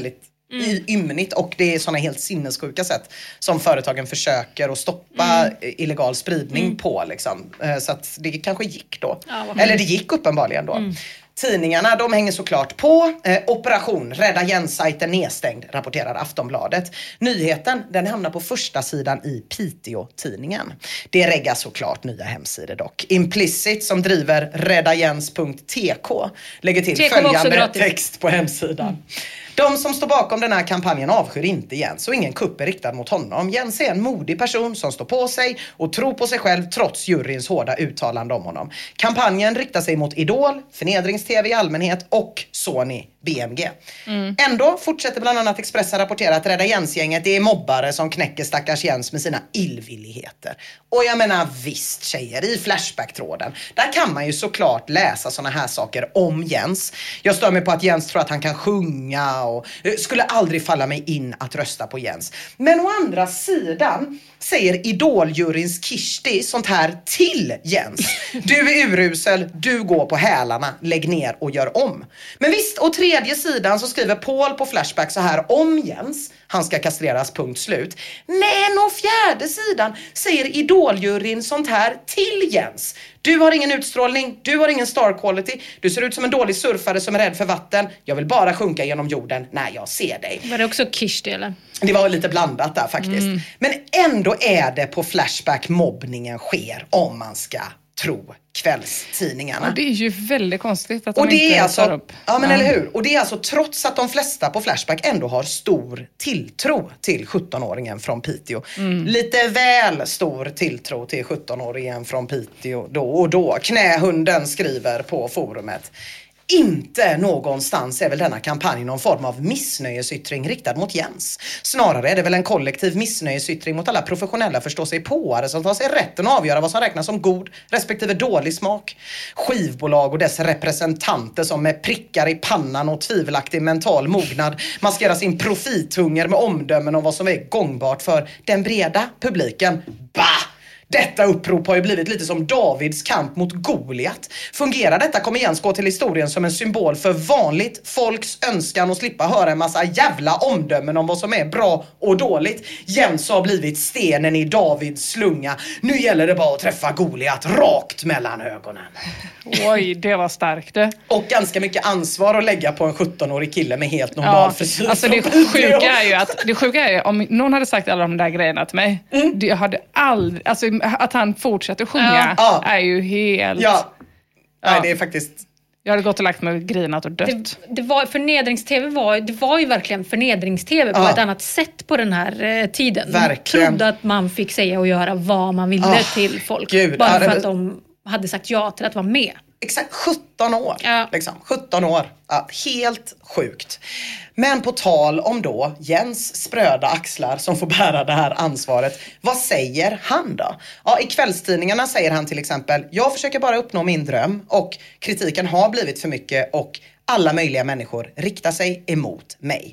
Mm. ymnigt och det är såna helt sinnessjuka sätt som företagen försöker att stoppa mm. illegal spridning mm. på liksom. Så att det kanske gick då. Ja, eller det gick uppenbarligen då. Mm. Tidningarna, de hänger såklart på. Eh, operation Rädda Jens-sajten nedstängd, rapporterar Aftonbladet. Nyheten, den hamnar på första sidan i Piteå-tidningen. Det reggar såklart nya hemsidor dock. Implicit, som driver räddajens punkt t k, lägger till T K följande text på hemsidan. Mm. De som står bakom den här kampanjen avskyr inte Jens och ingen kupp är riktad mot honom. Jens är en modig person som står på sig och tror på sig själv trots juryns hårda uttalande om honom. Kampanjen riktar sig mot Idol, förnedrings-tv i allmänhet och Sony B M G. Mm. Ändå fortsätter bland annat Expressen rapportera att Rädda Jens-gänget är mobbare som knäcker stackars Jens med sina illvilligheter. Och jag menar visst tjejer, i Flashback-tråden, där kan man ju såklart läsa såna här saker om Jens. Jag stör mig på att Jens tror att han kan sjunga och skulle aldrig falla mig in att rösta på Jens. Men å andra sidan säger Idoljuryns Kirsti sånt här till Jens. Du är urusel, du går på hälarna, lägg ner och gör om. Men visst, och tredje sidan så skriver Paul på Flashback så här om Jens. Han ska kastreras, punkt slut. Men och fjärde sidan säger Idoljuryn sånt här till Jens. Du har ingen utstrålning, du har ingen star quality. Du ser ut som en dålig surfare som är rädd för vatten. Jag vill bara sjunka genom jorden när jag ser dig. Var det också Kirsti eller? Det var lite blandat där faktiskt. Mm. Men ändå är det på Flashback mobbningen sker om man ska tro kvällstidningarna. Och det är ju väldigt konstigt att de och det inte är alltså, tar upp. Ja men ja. eller hur? Och det är alltså trots att de flesta på Flashback ändå har stor tilltro till sjuttonåringen från Piteå. Mm. Lite väl stor tilltro till sjuttonåringen från Piteå då och då. Knähunden skriver på forumet. Inte någonstans är väl denna kampanj någon form av missnöjesyttring riktad mot Jens. Snarare är det väl en kollektiv missnöjesyttring mot alla professionella förståsigpåare som tar sig rätten att avgöra vad som räknas som god respektive dålig smak. Skivbolag och dess representanter som med prickar i pannan och tvivelaktig mental mognad maskerar sin profithunger med omdömen om vad som är gångbart för den breda publiken. Bah! Detta upprop har ju blivit lite som Davids kamp mot Goliat. Fungerar detta kommer Jens gå till historien som en symbol för vanligt folks önskan att slippa höra en massa jävla omdömen om vad som är bra och dåligt. Jens har blivit stenen i Davids slunga. Nu gäller det bara att träffa Goliat rakt mellan ögonen. Oj, det var starkt det. Och ganska mycket ansvar att lägga på en sjuttonårig kille med helt normal ja, frisyr. Alltså det sjuka är ju att det sjuka är ju, om någon hade sagt alla de där grejerna till mig, mm. det hade aldrig, alltså att han fortsätter sjunga ja. är ju helt... Ja. ja, nej det är faktiskt... Jag hade gått och lagt mig grinat och dött. Det, det var, förnedrings-tv var, det var ju verkligen förnedrings-tv på ja. ett annat sätt på den här eh, tiden. Verkligen. Man trodde att man fick säga och göra vad man ville oh, till folk. Gud. Bara ja, för det... att de hade sagt ja till att vara med. Exakt, sjutton år. Ja. Liksom. sjutton år. Ja, helt sjukt. Men på tal om då Jens spröda axlar som får bära det här ansvaret. Vad säger han då? Ja, i kvällstidningarna säger han till exempel: jag försöker bara uppnå min dröm och kritiken har blivit för mycket och alla möjliga människor riktar sig emot mig.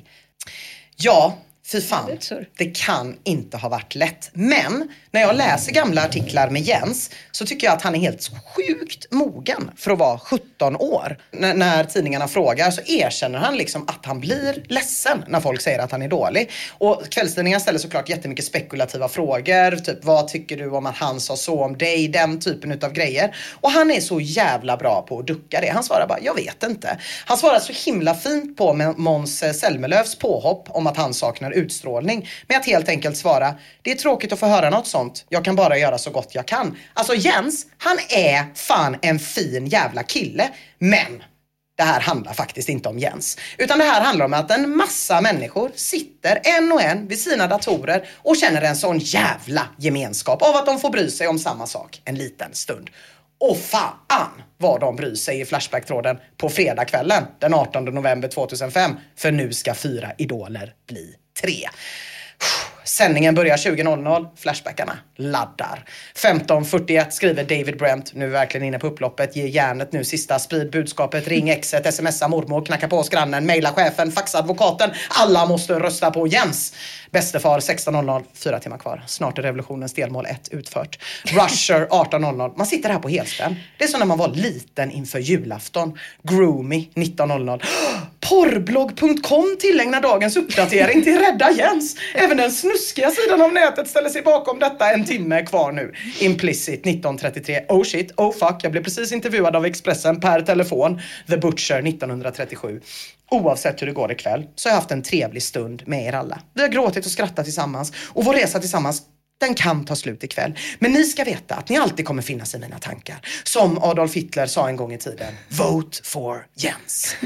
Ja, fy fan, det kan inte ha varit lätt. Men när jag läser gamla artiklar med Jens så tycker jag att han är helt sjukt mogen för att vara sjutton år. N- när tidningarna frågar så erkänner han liksom att han blir ledsen när folk säger att han är dålig. Och kvällstidningarna ställer såklart jättemycket spekulativa frågor. Typ, vad tycker du om att han sa så om dig? Den typen utav grejer. Och han är så jävla bra på att ducka det. Han svarar bara, jag vet inte. Han svarar så himla fint på Måns Zelmerlöws påhopp om att han saknar utstrålning. Men att helt enkelt svara, det är tråkigt att få höra något sånt. Jag kan bara göra så gott jag kan. Alltså Jens, han är fan en fin jävla kille. Men det här handlar faktiskt inte om Jens. Utan det här handlar om att en massa människor sitter en och en vid sina datorer och känner en sån jävla gemenskap av att de får bry sig om samma sak en liten stund. Och fan vad de bryr sig i Flashback-tråden på fredagskvällen den artonde november tvåtusenfem. För nu ska fyra idoler bli tre. Sändningen börjar tjugo noll noll. Flashbackarna laddar. femton fyrtioett skriver David Brent. Nu är vi verkligen inne på upploppet. Ge järnet nu sista. Sprid budskapet. Ring exet. Smsa mormor. Knacka på hos grannen. Maila chefen. Faxa advokaten. Alla måste rösta på Jens. Bästefar sexton noll noll. Fyra timmar kvar. Snart är revolutionens delmål ett utfört. Rusher arton noll noll. Man sitter här på helspänn. Det är som när man var liten inför julafton. Groomy nitton noll noll. Porrblogg punkt com tillägnar dagens uppdatering till Rädda Jens. Även den snuskiga sidan av nätet ställer sig bakom detta. En timme kvar nu. Implicit nitton trettiotre. Oh shit, oh fuck. Jag blev precis intervjuad av Expressen per telefon. The Butcher nittonhundratrettiosju. Oavsett hur det går ikväll så har jag haft en trevlig stund med er alla. Vi har gråtit och skrattat tillsammans. Och vår resa tillsammans, den kan ta slut ikväll. Men ni ska veta att ni alltid kommer finnas i mina tankar. Som Adolf Hitler sa en gång i tiden. Vote for Jens.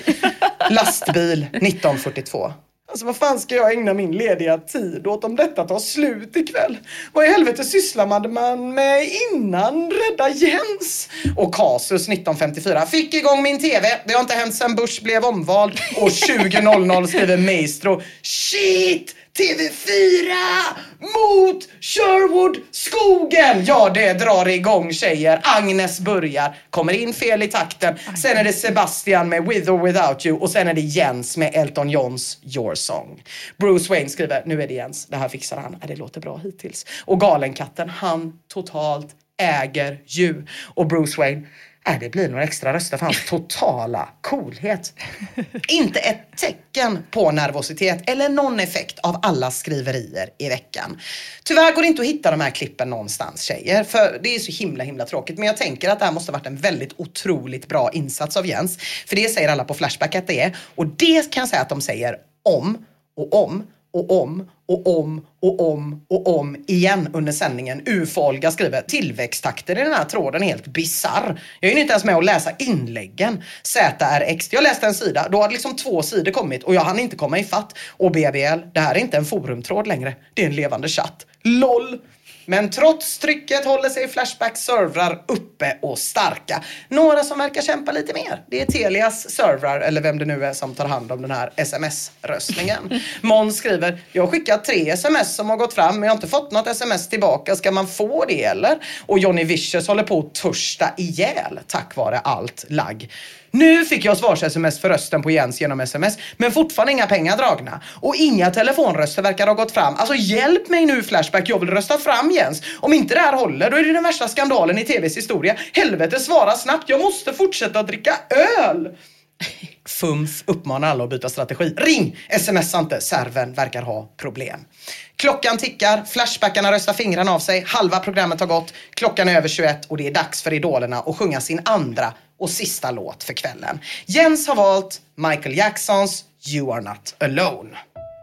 Lastbil nitton fyrtiotvå. Alltså vad fan ska jag ägna min lediga tid åt om detta tar slut ikväll? Vad i helvete sysslar man med innan Rädda Jens? Och Kasus nitton femtiofyra. Fick igång min tv. Det har inte hänt sedan Bush blev omvald. Och tjugo noll noll skriver Maestro. Shit! T V fyra mot Sherwood skogen. Ja, det drar igång tjejer. Agnes börjar, kommer in fel i takten. Sen är det Sebastian med With or Without You. Och sen är det Jens med Elton Johns Your Song. Bruce Wayne skriver, nu är det Jens. Det här fixar han. Det låter bra hittills. Och Galenkatten, han totalt äger ju. Och Bruce Wayne, Äh, det blir några extra röster för hans totala coolhet. Inte ett tecken på nervositet eller någon effekt av alla skriverier i veckan. Tyvärr går det inte att hitta de här klippen någonstans, tjejer. För det är så himla himla tråkigt. Men jag tänker att det här måste ha varit en väldigt otroligt bra insats av Jens. För det säger alla på Flashback att det är. Och det kan jag säga att de säger om och om och om och om och om och om igen under sändningen. U F O Olga skriver, tillväxttakten i den här tråden är helt bizarr. Jag är inte ens med att läsa inläggen. Z R X, jag läste en sida, då hade liksom två sidor kommit och jag hann inte komma i fatt. Och B B L, det här är inte en forumtråd längre, det är en levande chatt. LOL! Men trots trycket håller sig Flashback-servrar uppe och starka. Några som verkar kämpa lite mer, det är Telias servrar, eller vem det nu är som tar hand om den här sms-röstningen. Måns skriver, jag har skickat tre sms som har gått fram, men jag har inte fått något sms tillbaka. Ska man få det eller? Och Johnny Vicious håller på att törsta ihjäl tack vare allt lagg. Nu fick jag svars-sms för rösten på Jens genom sms, men fortfarande inga pengar dragna. Och inga telefonröster verkar ha gått fram. Alltså hjälp mig nu Flashback, jag vill rösta fram Jens. Om inte det här håller, då är det den värsta skandalen i tvs historia. Helvete, svara snabbt, jag måste fortsätta dricka öl. Fumf uppmanar alla att byta strategi. Ring! Smsa inte, servern verkar ha problem. Klockan tickar, Flashbackarna röstar fingrarna av sig, halva programmet har gått, klockan är över tjugoett och det är dags för idolerna att sjunga sin andra och sista låt för kvällen. Jens har valt Michael Jacksons You Are Not Alone.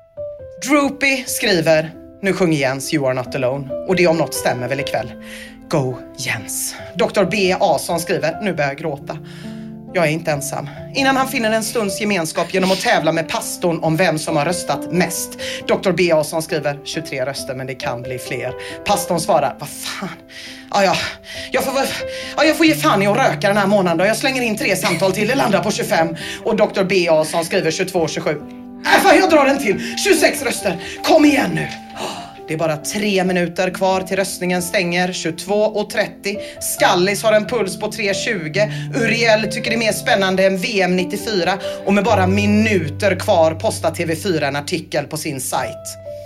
Droopy skriver, nu sjunger Jens You Are Not Alone och det om något stämmer väl ikväll. Go Jens. doktor B. Ason skriver, nu börjar jag gråta. Jag är inte ensam. Innan han finner en stunds gemenskap genom att tävla med pastorn om vem som har röstat mest. doktor B. Ason skriver tjugotre röster, men det kan bli fler. Pastorn svarar, vad fan? Ja, ja. Jag får, ja, jag får ge fan i att röka den här månaden då. Jag slänger in tre samtal till, det landar på tjugofem. Och doktor B. Ason skriver tjugotvå tjugosju. Äh, fan, jag drar en till. tjugosex röster. Kom igen nu. Det är bara tre minuter kvar till röstningen stänger. tjugotvå trettio. Skallis har en puls på tre tjugo. Uriel tycker det är mer spännande än V M nittiofyra. Och med bara minuter kvar postar T V fyra en artikel på sin sajt.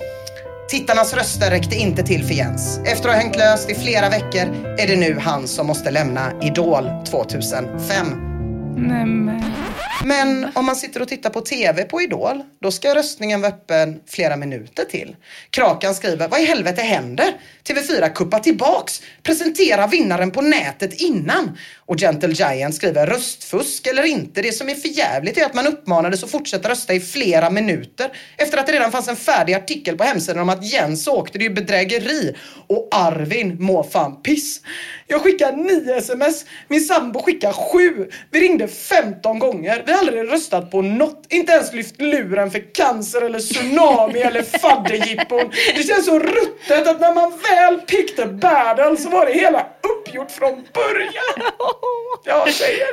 Tittarnas röster räckte inte till för Jens. Efter att ha hängt löst i flera veckor är det nu han som måste lämna Idol tvåtusenfem. Nej, men... Men om man sitter och tittar på tv på Idol, då ska röstningen vara öppen flera minuter till. Krakan skriver, vad i helvete händer? T V fyra kuppar tillbaks. Presentera vinnaren på nätet innan. Och Gentle Giant skriver, röstfusk eller inte. Det som är för jävligt är att man uppmanades att fortsätta rösta i flera minuter. Efter att det redan fanns en färdig artikel på hemsidan om att Jens åkte, det är ju bedrägeri. Och Arvin må fan piss. Jag skickar nio sms. Min sambo skickar sju. Vi ringde femton gånger. Vi har aldrig röstat på något. Inte ens lyft luren för cancer eller tsunami eller fadderjippon. Det känns så ruttet att när man väl picked the battle så var det hela uppgjort från början. Ja, tjejer.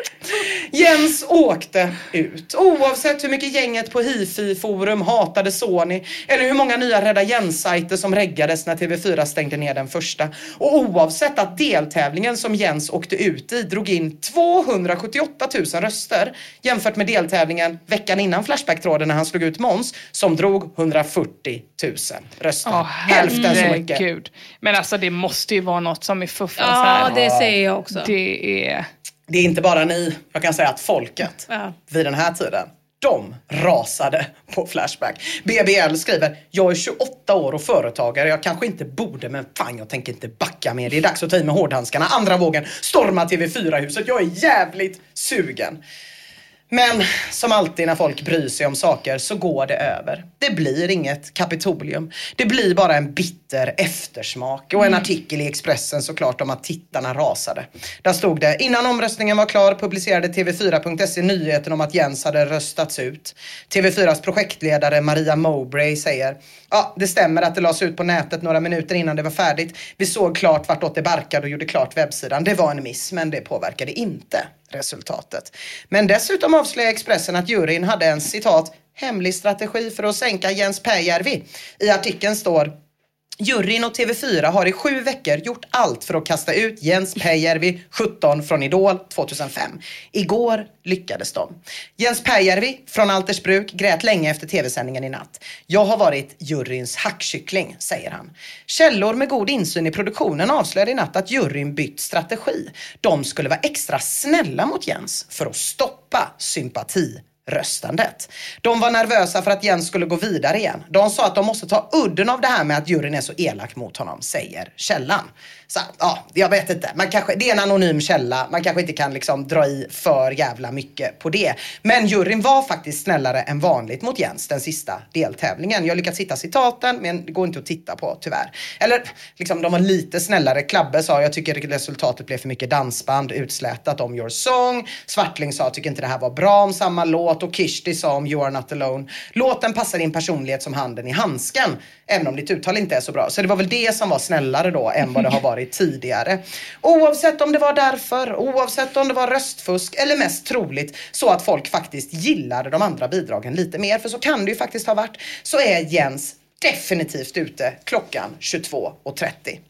Jens åkte ut. Oavsett hur mycket gänget på Hifi-forum hatade Sony eller hur många nya Rädda Jens-sajter som reggades när T V fyra stängde ner den första. Och oavsett att deltävlingen som Jens åkte ut i drog in tvåhundrasjuttioåtta tusen röster jämfört med deltävlingen veckan innan Flashback-tråden när han slog ut Måns som drog hundrafyrtio tusen röster. Oh, hälften så mycket. Gud. Men alltså det måste ju vara något som är fuffas ja, här. Ja, det säger jag också. Det är... Det är inte bara ni. Jag kan säga att folket ja. vid den här tiden De rasade på Flashback. B B L skriver, jag är tjugoåtta år och företagare. Jag kanske inte borde, men fan jag tänker inte backa med. Det är dags att ta i med hårdhandskarna. Andra vågen, storma T V fyra-huset. Jag är jävligt sugen. Men som alltid när folk bryr sig om saker så går det över. Det blir inget Kapitolium. Det blir bara en bitter eftersmak. Och en Mm. artikel i Expressen såklart om att tittarna rasade. Där stod det, innan omröstningen var klar publicerade T V fyra punkt se nyheten om att Jens hade röstats ut. T V fyras projektledare Maria Mowbray säger, ja det stämmer att det lades ut på nätet några minuter innan det var färdigt. Vi såg klart vartåt det barkade och gjorde klart webbsidan. Det var en miss, men det påverkade inte resultatet. Men dessutom avslöjar Expressen att juryn hade en citat hemlig strategi för att sänka Jens Pääjärvi. I artikeln står, juryn och T V fyra har i sju veckor gjort allt för att kasta ut Jens Pääjärvi, sjutton, från Idol tjugohundrafem. Igår lyckades de. Jens Pääjärvi från Altersbruk grät länge efter tv-sändningen i natt. Jag har varit juryns hackkyckling, säger han. Källor med god insyn i produktionen avslöjade i natt att juryn bytt strategi. De skulle vara extra snälla mot Jens för att stoppa sympati. Röstandet. De var nervösa för att Jens skulle gå vidare igen. De sa att de måste ta udden av det här med att juryn är så elak mot honom, säger källan. Så ja, jag vet inte. Man kanske, det är en anonym källa. Man kanske inte kan liksom dra i för jävla mycket på det. Men juryn var faktiskt snällare än vanligt mot Jens den sista deltävlingen. Jag har lyckats hitta citaten, men det går inte att titta på tyvärr. Eller liksom, de var lite snällare. Klabbe sa, jag tycker resultatet blev för mycket dansband, utslätat om Your Song. Svartling sa, tycker inte det här var bra om samma låt. Och Kishti sa om You Are Not Alone. Låten passar din personlighet som handen i handsken. Även om ditt uttal inte är så bra. Så det var väl det som var snällare då än vad det har varit tidigare. Oavsett om det var därför, oavsett om det var röstfusk eller mest troligt så att folk faktiskt gillade de andra bidragen lite mer. För så kan det ju faktiskt ha varit. Så är Jens definitivt ute klockan tjugotvå och trettio.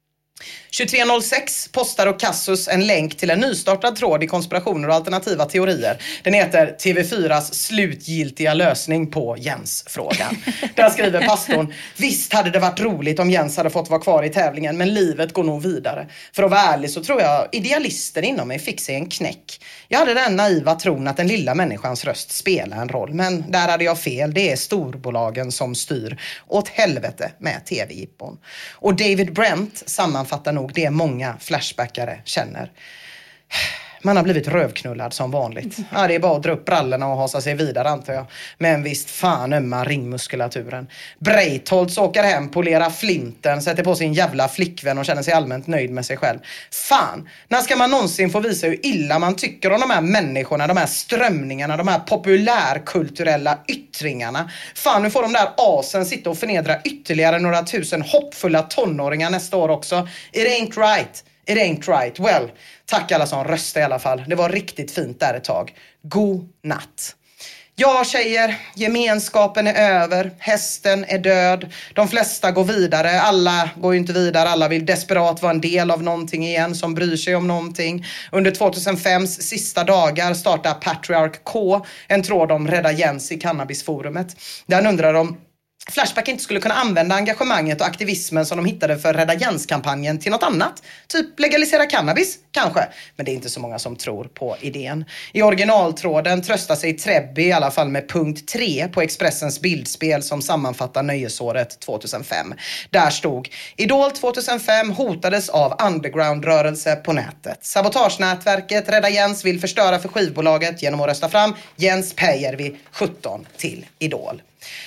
tjugotre noll sex postar Ocassus en länk till en nystartad tråd i konspirationer och alternativa teorier. Den heter T V fyras slutgiltiga lösning på Jens-frågan. Där skriver pastorn, visst hade det varit roligt om Jens hade fått vara kvar i tävlingen, men livet går nog vidare. För att vara ärlig så tror jag idealisten inom mig fick sig en knäck. Jag hade den naiva tron att den lilla människans röst spelar en roll, men där hade jag fel. Det är storbolagen som styr. Åt helvete med tv-jippon. Och David Brent sammanfattar nog det många flashbackare känner. Man har blivit rövknullad som vanligt. Ja, det är bara att dra upp brallorna och hasa sig vidare antar jag. Men visst fan ömma ringmuskulaturen. Breitholtz åker hem, polerar flinten, sätter på sin jävla flickvän och känner sig allmänt nöjd med sig själv. Fan, när ska man någonsin få visa hur illa man tycker om de här människorna, de här strömningarna, de här populärkulturella yttringarna. Fan, nu får de där asen sitta och förnedra ytterligare några tusen hoppfulla tonåringar nästa år också. It ain't right. It ain't right. Well, tack alla som röstade i alla fall. Det var riktigt fint där ett tag. God natt. Ja tjejer, gemenskapen är över. Hästen är död. De flesta går vidare. Alla går ju inte vidare. Alla vill desperat vara en del av någonting igen som bryr sig om någonting. Under tjugohundrafems sista dagar startar Patriarch K en tråd om Rädda Jens i Cannabisforumet. Där han undrar om Flashback inte skulle kunna använda engagemanget och aktivismen som de hittade för Rädda Jens-kampanjen till något annat. Typ legalisera cannabis, kanske. Men det är inte så många som tror på idén. I originaltråden tröstar sig Trebby i alla fall med punkt tre på Expressens bildspel som sammanfattar nöjesåret tjugohundrafem. Där stod, Idol tjugohundrafem hotades av underground-rörelse på nätet. Sabotagenätverket Rädda Jens vill förstöra för skivbolaget genom att rösta fram Jens Pääjärvi, sjutton, till Idol.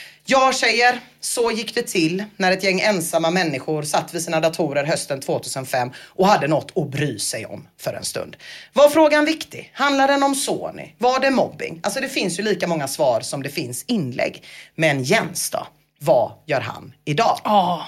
Ja tjejer, så gick det till när ett gäng ensamma människor satt vid sina datorer hösten tjugohundrafem och hade något att bry sig om för en stund. Var frågan viktig? Handlar den om Sony? Var det mobbing? Alltså det finns ju lika många svar som det finns inlägg. Men Jens då? Vad gör han idag? Oh,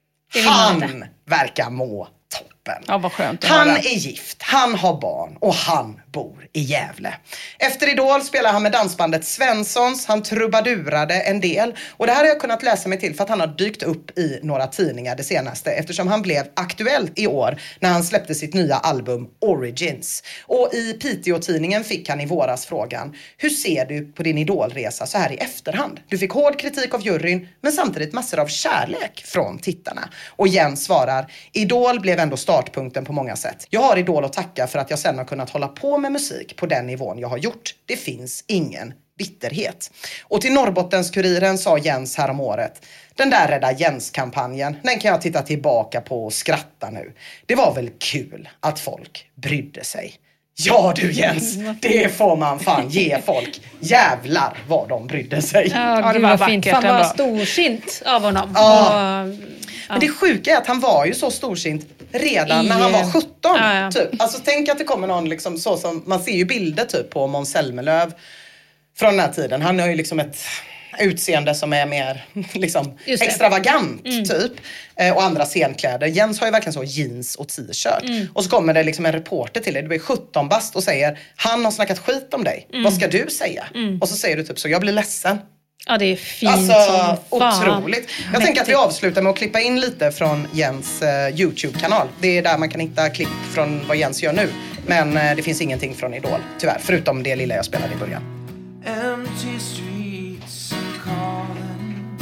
han verkar må toppen. Ja, vad skönt. Han är gift, han har barn och han bor i Gävle. Efter Idol spelar han med dansbandet Svenssons. Han trubadurade en del. Och det här har jag kunnat läsa mig till för att han har dykt upp i några tidningar det senaste. Eftersom han blev aktuell i år när han släppte sitt nya album Origins. Och i Piteå-tidningen fick han i våras frågan: hur ser du på din idolresa så här i efterhand? Du fick hård kritik av juryn men samtidigt massor av kärlek från tittarna. Och Jens svarar: Idol blev ändå startpunkten på många sätt. Jag har Idol att tacka för att jag sen har kunnat hålla på med musik på den nivån jag har gjort. Det finns ingen bitterhet. Och till Norrbottens-Kuriren sa Jens häromåret: den där Rädda Jens-kampanjen, den kan jag titta tillbaka på och skratta nu. Det var väl kul att folk brydde sig. Ja du Jens, det får man fan ge folk. Jävlar vad de brydde sig. Ja, ja, det var fint. Fan vad storsint av honom. Ja. Och, ja. Men det sjuka är att han var ju så storsint redan I, när han var sjutton. Ja, ja. Typ. Alltså tänk att det kommer någon liksom så som, man ser ju bilder typ på Måns Zelmerlöw från den här tiden. Han har ju liksom ett utseende som är mer liksom extravagant mm. typ. Eh, och andra scenkläder. Jens har ju verkligen så jeans och t-shirt. Mm. Och så kommer det liksom en reporter till dig. Du är sjutton bast och säger: han har snackat skit om dig. Mm. Vad ska du säga? Mm. Och så säger du typ så: jag blir ledsen. Ja, det är fint alltså, som fan. Otroligt. Jag Mäktigt. tänker att vi avslutar med att klippa in lite från Jens eh, YouTube-kanal. Det är där man kan hitta klipp från vad Jens gör nu. Men eh, det finns ingenting från Idol, tyvärr. Förutom det lilla jag spelade i början. Empty streets calling,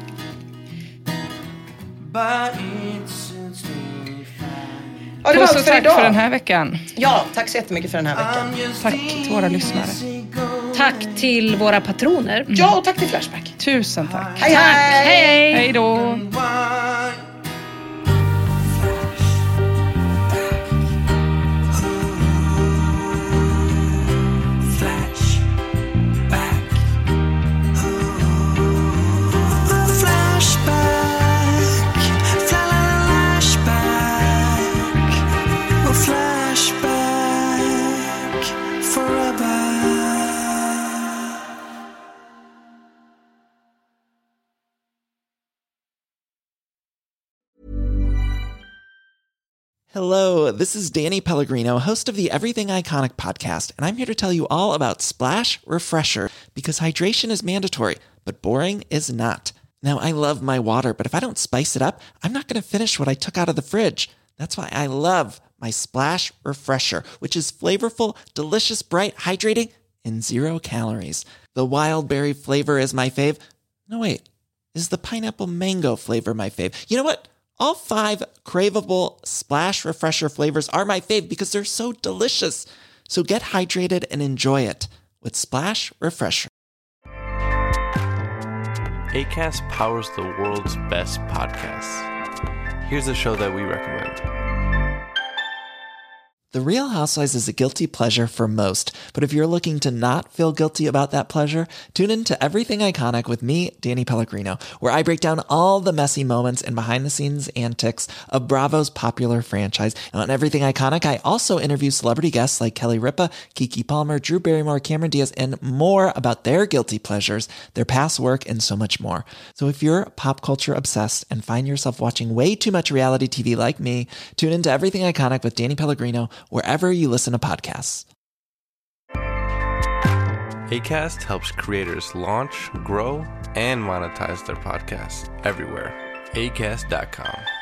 but it suits me fine. Ja, det var Puss allt och för tack idag. för den här veckan. Ja, tack så jättemycket för den här veckan. Tack till våra lyssnare. Tack till våra patroner. Mm. Ja, och tack till Flashback. Tusen tack. Hej, hej. Hej, hej då. Hello, this is Danny Pellegrino, host of the Everything Iconic podcast, and I'm here to tell you all about Splash Refresher, because hydration is mandatory, but boring is not. Now, I love my water, but if I don't spice it up, I'm not going to finish what I took out of the fridge. That's why I love my Splash Refresher, which is flavorful, delicious, bright, hydrating, and zero calories. The wild berry flavor is my fave. No, wait, is the pineapple mango flavor my fave? You know what? All five craveable Splash Refresher flavors are my fave because they're so delicious. So get hydrated and enjoy it with Splash Refresher. Acast powers the world's best podcasts. Here's a show that we recommend. The Real Housewives is a guilty pleasure for most, but if you're looking to not feel guilty about that pleasure, tune in to Everything Iconic with me, Danny Pellegrino, where I break down all the messy moments and behind-the-scenes antics of Bravo's popular franchise. And on Everything Iconic, I also interview celebrity guests like Kelly Ripa, Keke Palmer, Drew Barrymore, Cameron Diaz, and more about their guilty pleasures, their past work, and so much more. So if you're pop culture obsessed and find yourself watching way too much reality T V like me, tune in to Everything Iconic with Danny Pellegrino, wherever you listen to podcasts. Acast helps creators launch, grow, and monetize their podcasts everywhere. acast dot com.